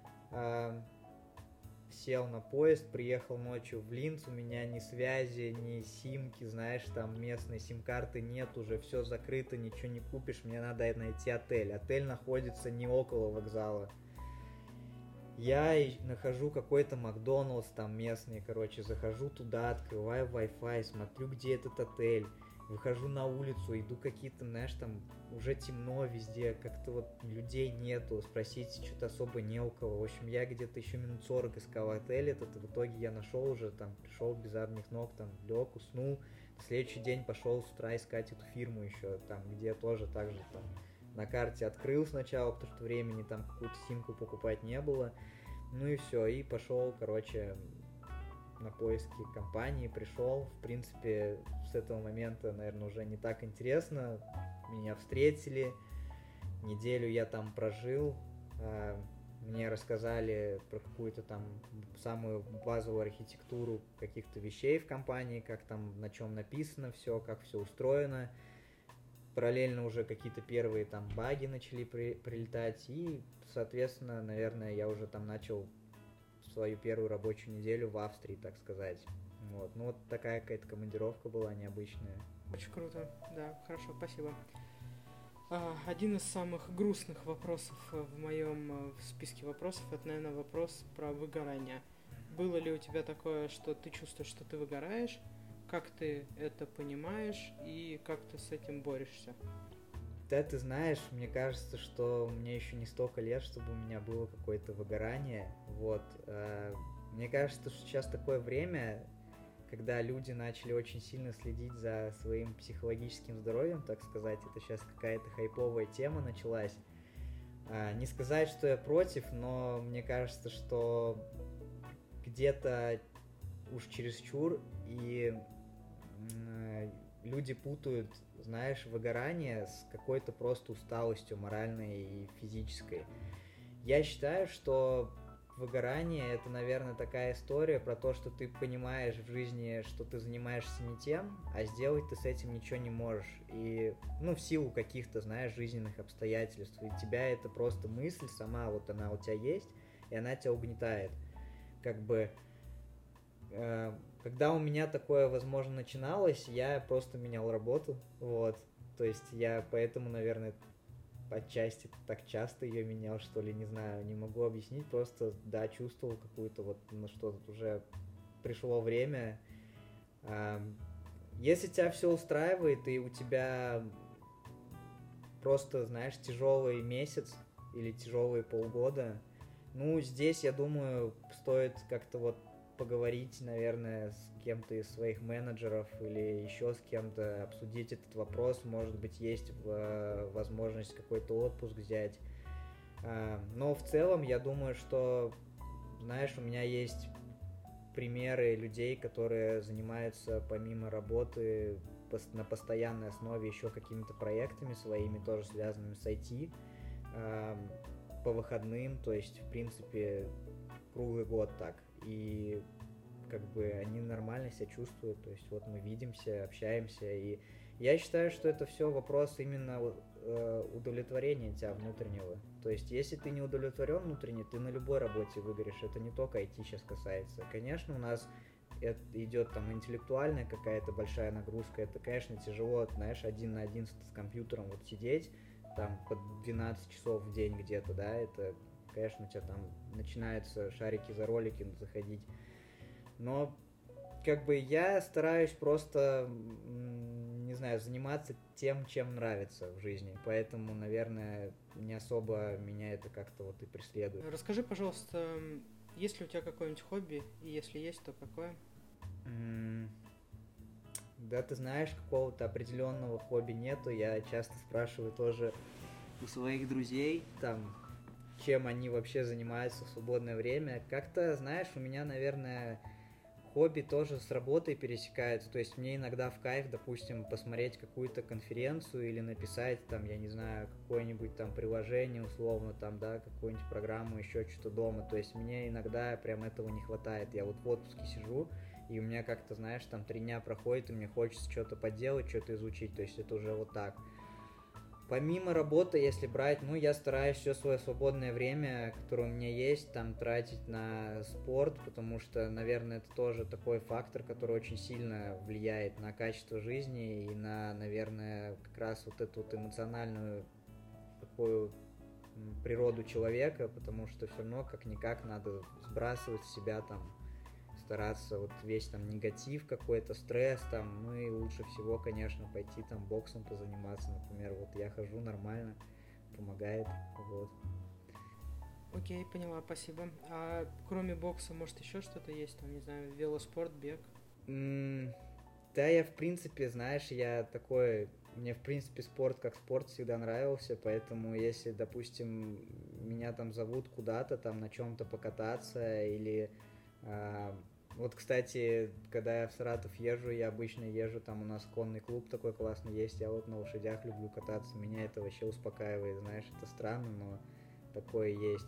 B: сел на поезд, приехал ночью в Линц, у меня ни связи, ни симки, знаешь, там местной сим-карты нет, уже все закрыто, ничего не купишь, мне надо найти отель. Отель находится не около вокзала. Я нахожу какой-то Макдоналдс там местный, короче, захожу туда, открываю Wi-Fi, смотрю, где этот отель, выхожу на улицу, иду какие-то, знаешь, там уже темно везде, как-то вот людей нету, спросить что-то особо не у кого. В общем, я где-то еще минут 40 искал отель этот, и в итоге я нашел уже, там, пришел без задних ног, там, лег, уснул. На следующий день пошел с утра искать эту фирму еще, там, где тоже так же, там, на карте открыл сначала, потому что времени там какую-то симку покупать не было. Ну и все, и пошел, короче, на поиски компании, пришел. В принципе, с этого момента, наверное, уже не так интересно. Меня встретили, неделю я там прожил. Мне рассказали про какую-то там самую базовую архитектуру каких-то вещей в компании, как там, на чем написано все, как все устроено. Параллельно уже какие-то первые там баги начали прилетать, и, соответственно, наверное, я уже там начал свою первую рабочую неделю в Австрии, так сказать. Вот. Ну вот такая какая-то командировка была необычная.
A: Очень круто, да, хорошо, спасибо. Один из самых грустных вопросов в моем списке вопросов, это, наверное, вопрос про выгорание. Было ли у тебя такое, что ты чувствуешь, что ты выгораешь, как ты это понимаешь и как ты с этим борешься?
B: Да, ты знаешь, мне кажется, что мне еще не столько лет, чтобы у меня было какое-то выгорание. Вот. Мне кажется, что сейчас такое время, когда люди начали очень сильно следить за своим психологическим здоровьем, так сказать. Это сейчас какая-то хайповая тема началась. Не сказать, что я против, но мне кажется, что где-то уж чересчур, и люди путают, знаешь, выгорание с какой-то просто усталостью моральной и физической. Я считаю, что выгорание — это, наверное, такая история про то, что ты понимаешь в жизни, что ты занимаешься не тем, а сделать ты с этим ничего не можешь. И, в силу каких-то, знаешь, жизненных обстоятельств. И тебя это просто мысль сама, вот она у тебя есть, и она тебя угнетает. Как бы, когда у меня такое, возможно, начиналось, я просто менял работу, вот. То есть я поэтому, наверное, отчасти так часто ее менял, что ли, не знаю, не могу объяснить, просто, да, чувствовал какую-то вот, что уже пришло время. Если тебя все устраивает, и у тебя просто, знаешь, тяжелый месяц или тяжелые полгода, здесь, я думаю, стоит как-то вот поговорить, наверное, с кем-то из своих менеджеров или еще с кем-то, обсудить этот вопрос. Может быть, есть возможность какой-то отпуск взять. Но в целом, я думаю, что, знаешь, у меня есть примеры людей, которые занимаются помимо работы на постоянной основе еще какими-то проектами своими, тоже связанными с IT, по выходным, то есть, в принципе, круглый год так. И как бы они нормально себя чувствуют, то есть вот мы видимся, общаемся, и я считаю, что это все вопрос именно удовлетворения тебя внутреннего. То есть если ты не удовлетворен внутренне, ты на любой работе выгоришь, это не только IT сейчас касается. Конечно, у нас идет там интеллектуальная какая-то большая нагрузка, это, конечно, тяжело, знаешь, 1 на 1 с компьютером вот сидеть, там по 12 часов в день где-то, да, это, конечно, у тебя там начинаются шарики за ролики заходить. Но как бы я стараюсь просто, не знаю, заниматься тем, чем нравится в жизни. Поэтому, наверное, не особо меня это как-то вот и преследует.
A: Расскажи, пожалуйста, есть ли у тебя какое-нибудь хобби? И если есть, то какое?
B: Да, ты знаешь, какого-то определенного хобби нету. Я часто спрашиваю тоже у своих друзей, там, чем они вообще занимаются в свободное время. Как-то, знаешь, у меня, наверное, хобби тоже с работой пересекается. То есть мне иногда в кайф, допустим, посмотреть какую-то конференцию или написать там, я не знаю, какое-нибудь там приложение условно, там, да, какую-нибудь программу, еще что-то дома. То есть мне иногда прям этого не хватает. Я вот в отпуске сижу, и у меня как-то, знаешь, там 3 дня проходит, и мне хочется что-то поделать, что-то изучить. То есть это уже вот так. Помимо работы, если брать, я стараюсь все свое свободное время, которое у меня есть, там тратить на спорт, потому что, наверное, это тоже такой фактор, который очень сильно влияет на качество жизни и на, наверное, как раз вот эту вот эмоциональную такую природу человека, потому что все равно как-никак надо сбрасывать с себя там, стараться вот весь там негатив какой-то, стресс там, и лучше всего, конечно, пойти там боксом позаниматься, например, вот я хожу нормально, помогает, вот.
A: Окей, поняла, спасибо. А кроме бокса, может, еще что-то есть, там, не знаю, велоспорт, бег?
B: Да, я, в принципе, знаешь, я такой, мне, в принципе, спорт как спорт всегда нравился, поэтому если, допустим, меня там зовут куда-то, там, на чем-то покататься или... Вот, кстати, когда я в Саратов езжу, я обычно езжу, там у нас конный клуб такой классный есть, я вот на лошадях люблю кататься, меня это вообще успокаивает, знаешь, это странно, но такое есть.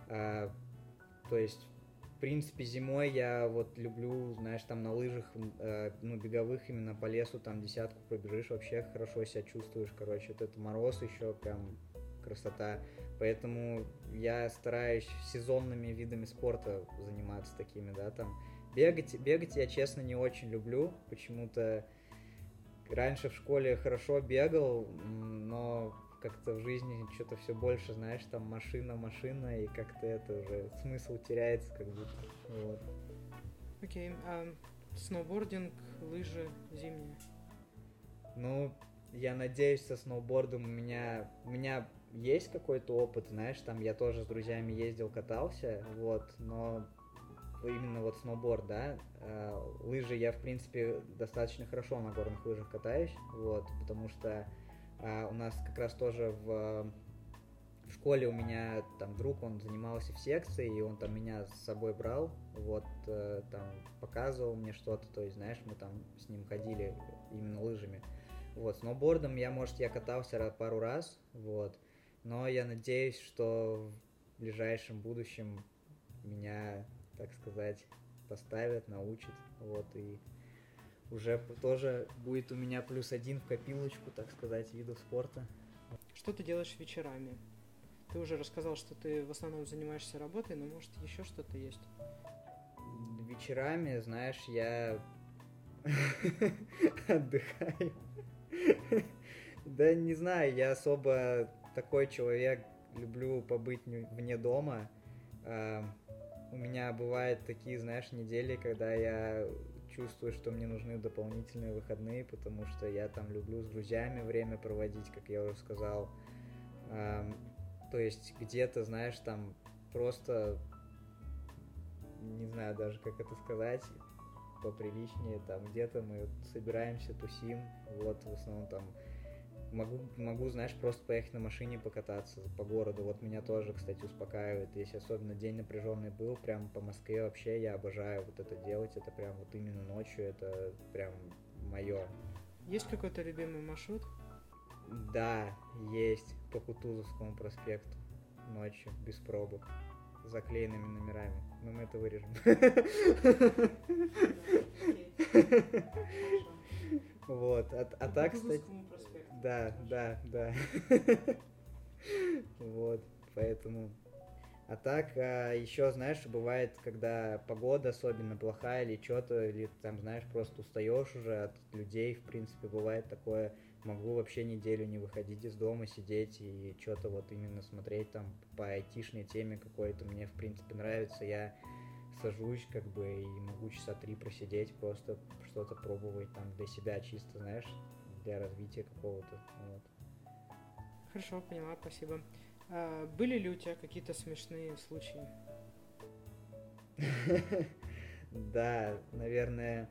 B: То есть, в принципе, зимой я вот люблю, знаешь, там на лыжах, беговых именно по лесу, там десятку пробежишь, вообще хорошо себя чувствуешь, короче, вот это мороз еще прям красота. Поэтому я стараюсь сезонными видами спорта заниматься такими, да, там. Бегать я, честно, не очень люблю. Почему-то раньше в школе хорошо бегал, но как-то в жизни что-то все больше, знаешь, там машина, и как-то это уже смысл теряется, как будто. Вот.
A: Окей. Сноубординг, лыжи, зимние.
B: Ну, я надеюсь, со сноубордом у меня есть какой-то опыт, знаешь, там я тоже с друзьями ездил, катался, вот, но именно вот сноуборд, да, лыжи я, в принципе, достаточно хорошо на горных лыжах катаюсь, вот, потому что у нас как раз тоже в школе у меня там друг, он занимался в секции, и он там меня с собой брал, вот, там показывал мне что-то, то есть, знаешь, мы там с ним ходили именно лыжами. Вот, сноубордом я катался пару раз, вот, но я надеюсь, что в ближайшем будущем меня, так сказать, поставят, научат, вот, и уже тоже будет у меня +1 в копилочку, так сказать, видов спорта.
A: Что ты делаешь вечерами? Ты уже рассказал, что ты в основном занимаешься работой, но может еще что-то есть?
B: Вечерами, знаешь, я отдыхаю. Да не знаю, я особо такой человек, люблю побыть вне дома. У меня бывают такие, знаешь, недели, когда я чувствую, что мне нужны дополнительные выходные, потому что я там люблю с друзьями время проводить, как я уже сказал. То есть где-то, знаешь, там просто, не знаю даже, как это сказать, поприличнее, там где-то мы собираемся, тусим, вот, в основном там могу, знаешь, просто поехать на машине покататься по городу, вот меня тоже, кстати, успокаивает, если особенно день напряженный был, прям по Москве вообще я обожаю вот это делать, это прям вот именно ночью, это прям мое.
A: Есть какой-то любимый маршрут?
B: Да, есть, по Кутузовскому проспекту, ночью, без пробок, с заклеенными номерами, но мы это вырежем. Вот, а так, кстати... Да. Вот, поэтому... А так, еще, знаешь, бывает, когда погода особенно плохая или что-то, или там, знаешь, просто устаешь уже от людей, в принципе, бывает такое, могу вообще неделю не выходить из дома, сидеть и что-то вот именно смотреть там по айтишной теме какой-то, мне, в принципе, нравится, я сажусь, как бы, и могу часа 3 просидеть, просто что-то пробовать там для себя чисто, знаешь, для развития какого-то, вот.
A: Хорошо, поняла, спасибо. Были ли у тебя какие-то смешные случаи?
B: Да, наверное,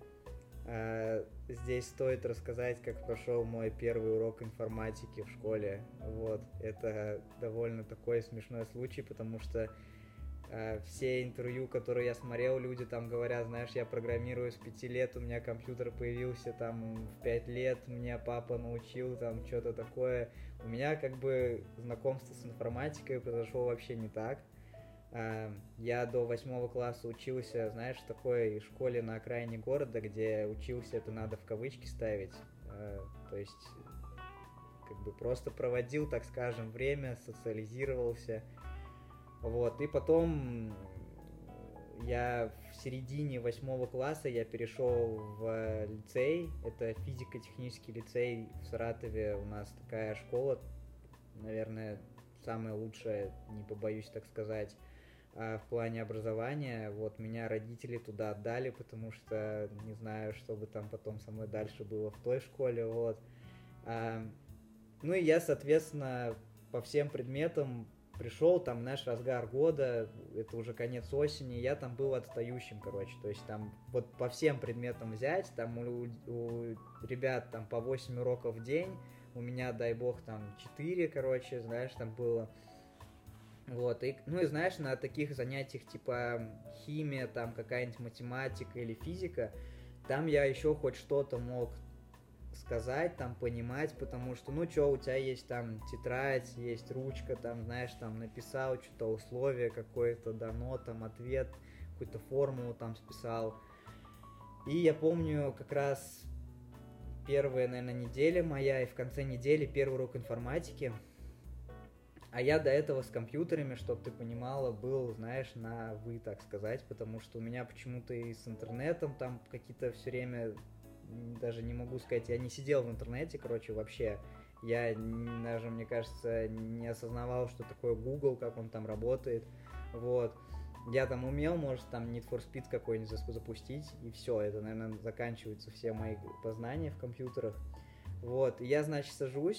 B: здесь стоит рассказать, как прошел мой первый урок информатики в школе. Вот, это довольно такой смешной случай, потому что все интервью, которые я смотрел, люди там говорят, знаешь, я программирую с 5 лет, у меня компьютер появился там в 5 лет, меня папа научил там что-то такое. У меня как бы знакомство с информатикой произошло вообще не так. Я до 8 класса учился, знаешь, в такой школе на окраине города, где учился, это надо в кавычки ставить. То есть, как бы просто проводил, так скажем, время, социализировался. Вот, и потом я в середине 8 класса я перешел в лицей, это физико-технический лицей в Саратове, у нас такая школа, наверное, самая лучшая, не побоюсь так сказать, в плане образования. Вот, меня родители туда отдали, потому что не знаю, что бы там потом со мной дальше было в той школе, вот. Ну и я, соответственно, по всем предметам пришел, там, знаешь, разгар года, это уже конец осени, я там был отстающим, короче, то есть там вот по всем предметам взять, там у ребят там по 8 уроков в день, у меня, дай бог, там 4, короче, знаешь, там было. Вот, и, ну и знаешь, на таких занятиях типа химия, там какая-нибудь математика или физика, там я еще хоть что-то мог сказать, там, понимать, потому что, ну, что, у тебя есть там тетрадь, есть ручка, там, знаешь, там, написал что-то, условие какое-то дано, там, ответ, какую-то формулу там списал. И я помню как раз первая, наверное, неделя моя, и в конце недели первый урок информатики. А я до этого с компьютерами, чтобы ты понимала, был, знаешь, на «вы», так сказать, потому что у меня почему-то и с интернетом там какие-то все время... Даже не могу сказать, я не сидел в интернете, короче, вообще. Я даже, мне кажется, не осознавал, что такое Google, как он там работает. Вот. я там умел, может, там Need for Speed какой-нибудь запустить, и все, это, наверное, заканчиваются все мои познания в компьютерах. Вот, и я, значит, сажусь,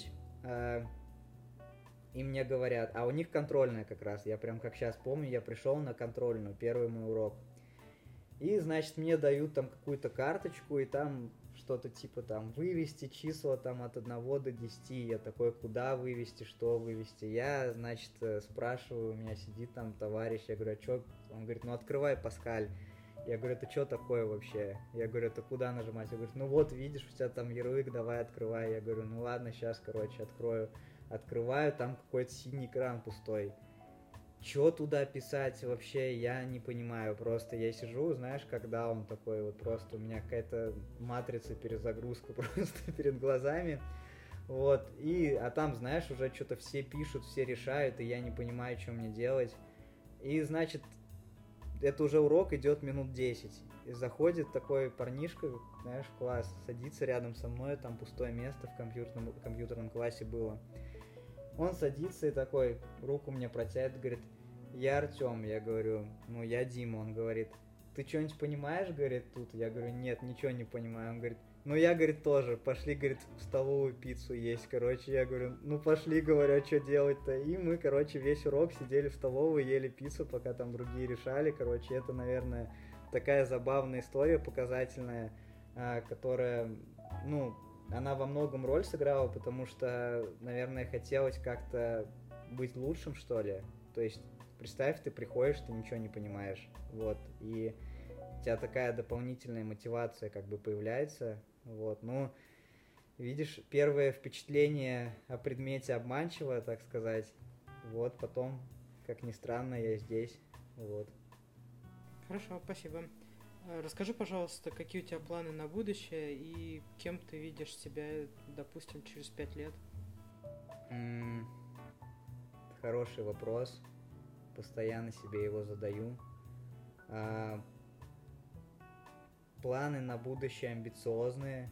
B: и мне говорят, а у них контрольная как раз, я прям как сейчас помню, я пришел на контрольную, первый мой урок. И, значит, мне дают там какую-то карточку, и там что-то типа там вывести числа там от 1 до 10. Я такой, куда вывести, что вывести. Я, значит, спрашиваю, у меня сидит там товарищ, я говорю, а что? Он говорит, ну открывай Паскаль. Я говорю, это что такое вообще? Я говорю, это куда нажимать? Он говорит, ну вот, видишь, у тебя там ярлык, давай открывай. Я говорю, ну ладно, сейчас, короче, открою. Открываю, там какой-то синий экран пустой. Чё туда писать вообще, я не понимаю. Просто я сижу, знаешь, когда он такой вот просто, у меня какая-то матрица, перезагрузка просто перед глазами. Вот, а там, знаешь, уже что-то все пишут, все решают, и я не понимаю, что мне делать. И, значит, это уже урок идет минут 10. И заходит такой парнишка, знаешь, в класс, садится рядом со мной, там пустое место в компьютерном классе было. Он садится и такой, руку мне протягивает, говорит, я Артем, я говорю, ну я Дима, он говорит, ты что-нибудь понимаешь, говорит, тут? Я говорю, нет, ничего не понимаю, он говорит, ну я, говорит, тоже, пошли, говорит, в столовую пиццу есть, короче, я говорю, ну пошли, говорю, а что делать-то? И мы, короче, весь урок сидели в столовой, ели пиццу, пока там другие решали, короче, это, наверное, такая забавная история, показательная, которая, ну, она во многом роль сыграла, потому что, наверное, хотелось как-то быть лучшим, что ли. То есть, представь, ты приходишь, ты ничего не понимаешь, вот, и у тебя такая дополнительная мотивация как бы появляется, вот, ну, видишь, первое впечатление о предмете обманчиво, так сказать, вот, потом, как ни странно, я здесь, вот.
A: Хорошо, спасибо. Расскажи, пожалуйста, какие у тебя планы на будущее и кем ты видишь себя, допустим, через 5 лет?
B: Хороший вопрос. Постоянно себе его задаю. Планы на будущее амбициозные.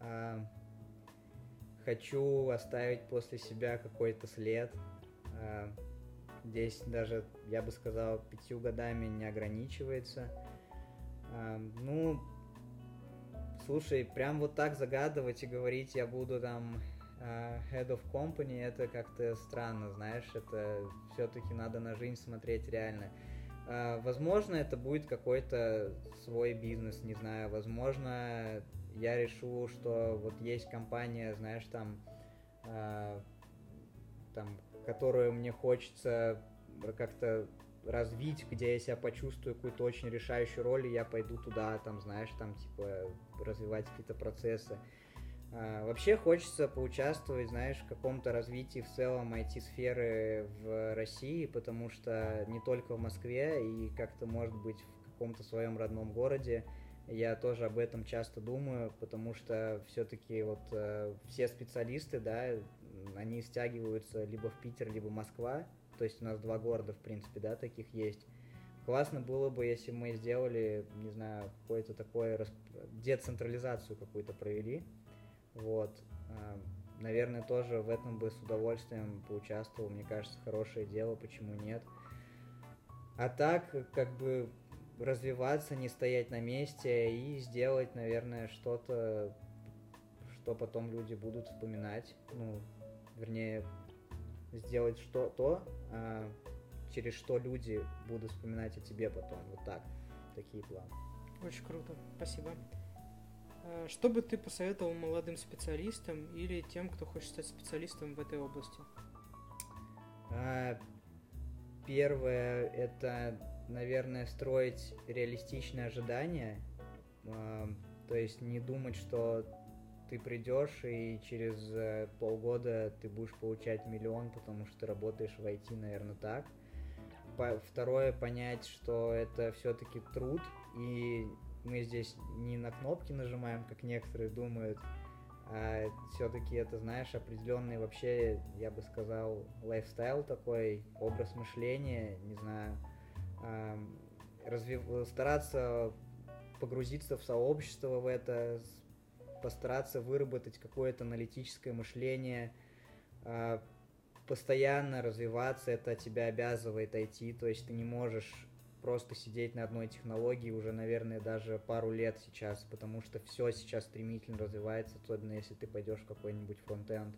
B: Хочу оставить после себя какой-то след. Здесь даже, я бы сказал, 5 годами не ограничивается. Ну, слушай, прям вот так загадывать и говорить, я буду там head of company, это как-то странно, знаешь, это все-таки надо на жизнь смотреть реально. Возможно, это будет какой-то свой бизнес, не знаю, возможно, я решу, что вот есть компания, знаешь, там, которую мне хочется как-то развить, где я себя почувствую какую-то очень решающую роль, и я пойду туда, там, знаешь, там, типа, развивать какие-то процессы. Вообще хочется поучаствовать, знаешь, в каком-то развитии в целом IT-сферы в России, потому что не только в Москве, и как-то, может быть, в каком-то своем родном городе. Я тоже об этом часто думаю, потому что все-таки вот все специалисты, да, они стягиваются либо в Питер, либо Москва. То есть у нас 2 города, в принципе, да, таких есть. Классно было бы, если мы сделали, не знаю, какое-то такое децентрализацию какую-то провели. Вот. Наверное, тоже в этом бы с удовольствием поучаствовал. Мне кажется, хорошее дело, почему нет. А так, как бы развиваться, не стоять на месте и сделать, наверное, что-то, что потом люди будут вспоминать. Ну, вернее, сделать через что люди будут вспоминать о тебе потом. Вот так. Такие планы.
A: Очень круто. Спасибо. Что бы ты посоветовал молодым специалистам или тем, кто хочет стать специалистом в этой области?
B: Первое, это, наверное, строить реалистичные ожидания. То есть не думать, что ты придешь и через полгода ты будешь получать 1 миллион, потому что ты работаешь в IT, наверное, так. Второе, понять, что это все-таки труд, и мы здесь не на кнопки нажимаем, как некоторые думают, а все-таки это, знаешь, определенный вообще, я бы сказал, лайфстайл такой, образ мышления, не знаю, стараться погрузиться в сообщество в это, постараться выработать какое-то аналитическое мышление, постоянно развиваться, это тебя обязывает IT, то есть ты не можешь просто сидеть на одной технологии уже, наверное, даже пару лет сейчас, потому что все сейчас стремительно развивается, особенно если ты пойдешь в какой-нибудь фронтенд.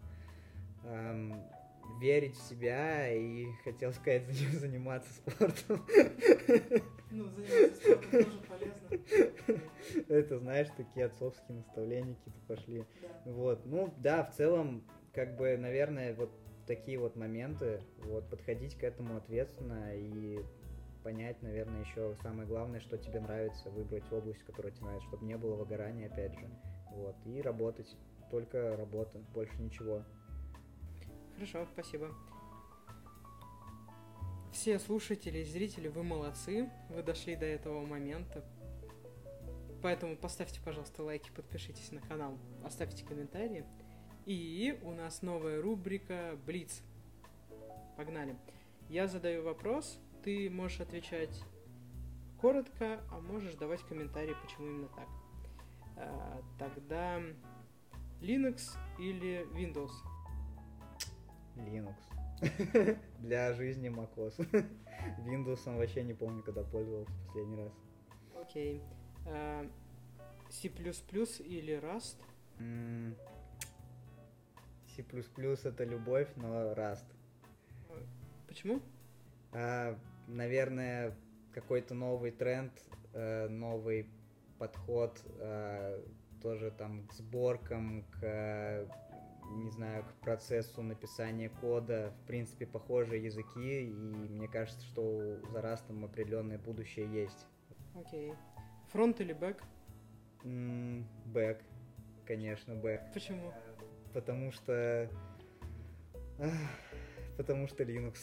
B: Верить в себя и, хотел сказать, заниматься спортом.
A: Ну, заниматься спортом тоже полезно.
B: Это, знаешь, такие отцовские наставления какие-то пошли.
A: Да.
B: Вот, ну да, в целом, как бы, наверное, вот такие вот моменты, вот, подходить к этому ответственно и понять, наверное, еще самое главное, что тебе нравится, выбрать область, которая тебе нравится, чтобы не было выгорания, опять же, вот, и работать, только работа, больше ничего.
A: Хорошо, спасибо. Все слушатели и зрители, вы молодцы, вы дошли до этого момента. Поэтому поставьте, пожалуйста, лайки, подпишитесь на канал, оставьте комментарии. И у нас новая рубрика «Блиц». Погнали. Я задаю вопрос, ты можешь отвечать коротко, а можешь давать комментарии, почему именно так. Тогда Linux или Windows?
B: Linux. Для жизни macOS. Windows вообще не помню, когда пользовался в последний раз.
A: Окей. C++ или Rust?
B: C++ это любовь, но Rust.
A: Почему?
B: Наверное, какой-то новый тренд, новый подход тоже там к сборкам, к, не знаю, к процессу написания кода. В принципе, похожие языки, и мне кажется, что за Rust'ом определенное будущее есть.
A: Окей. Фронт или бэк?
B: Бэк, конечно, бэк.
A: Почему?
B: Потому что Linux.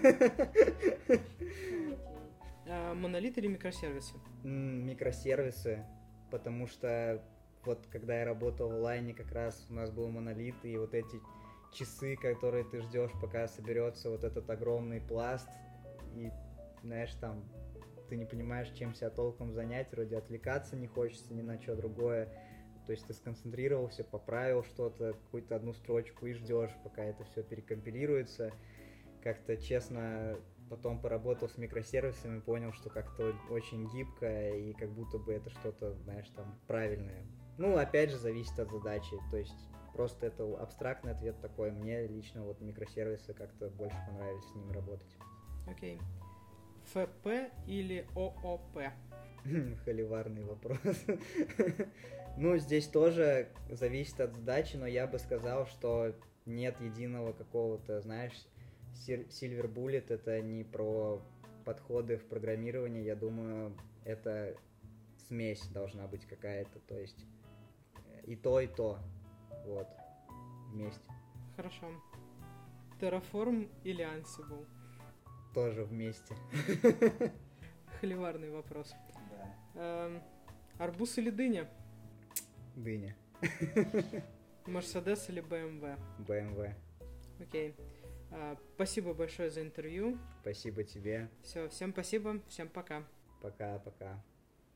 A: Монолит или микросервисы?
B: Микросервисы, потому что вот когда я работал в онлайне, как раз у нас был монолит, и вот эти часы, которые ты ждешь, пока соберется вот этот огромный пласт, и, знаешь, там ты не понимаешь, чем себя толком занять, вроде отвлекаться не хочется ни на что другое. То есть ты сконцентрировался, поправил что-то, какую-то одну строчку и ждешь, пока это все перекомпилируется. Как-то, честно, потом поработал с микросервисами, понял, что как-то очень гибко и как будто бы это что-то, знаешь, там правильное. Ну, опять же, зависит от задачи. То есть просто это абстрактный ответ такой. Мне лично вот микросервисы как-то больше понравились с ними работать.
A: Окей. ФП или ООП?
B: Холиварный вопрос. Ну, здесь тоже зависит от задачи, но я бы сказал, что нет единого какого-то, знаешь, Silver Bullet — это не про подходы в программировании, я думаю, это смесь должна быть какая-то, то есть и то, вот, вместе.
A: Хорошо. Terraform или Ansible?
B: Тоже вместе.
A: Холиварный вопрос.
B: Да.
A: Арбуз или дыня?
B: Дыня.
A: Мерседес или BMW?
B: BMW.
A: Окей. Спасибо большое за интервью.
B: Спасибо тебе.
A: Все, всем спасибо, всем пока.
B: Пока-пока.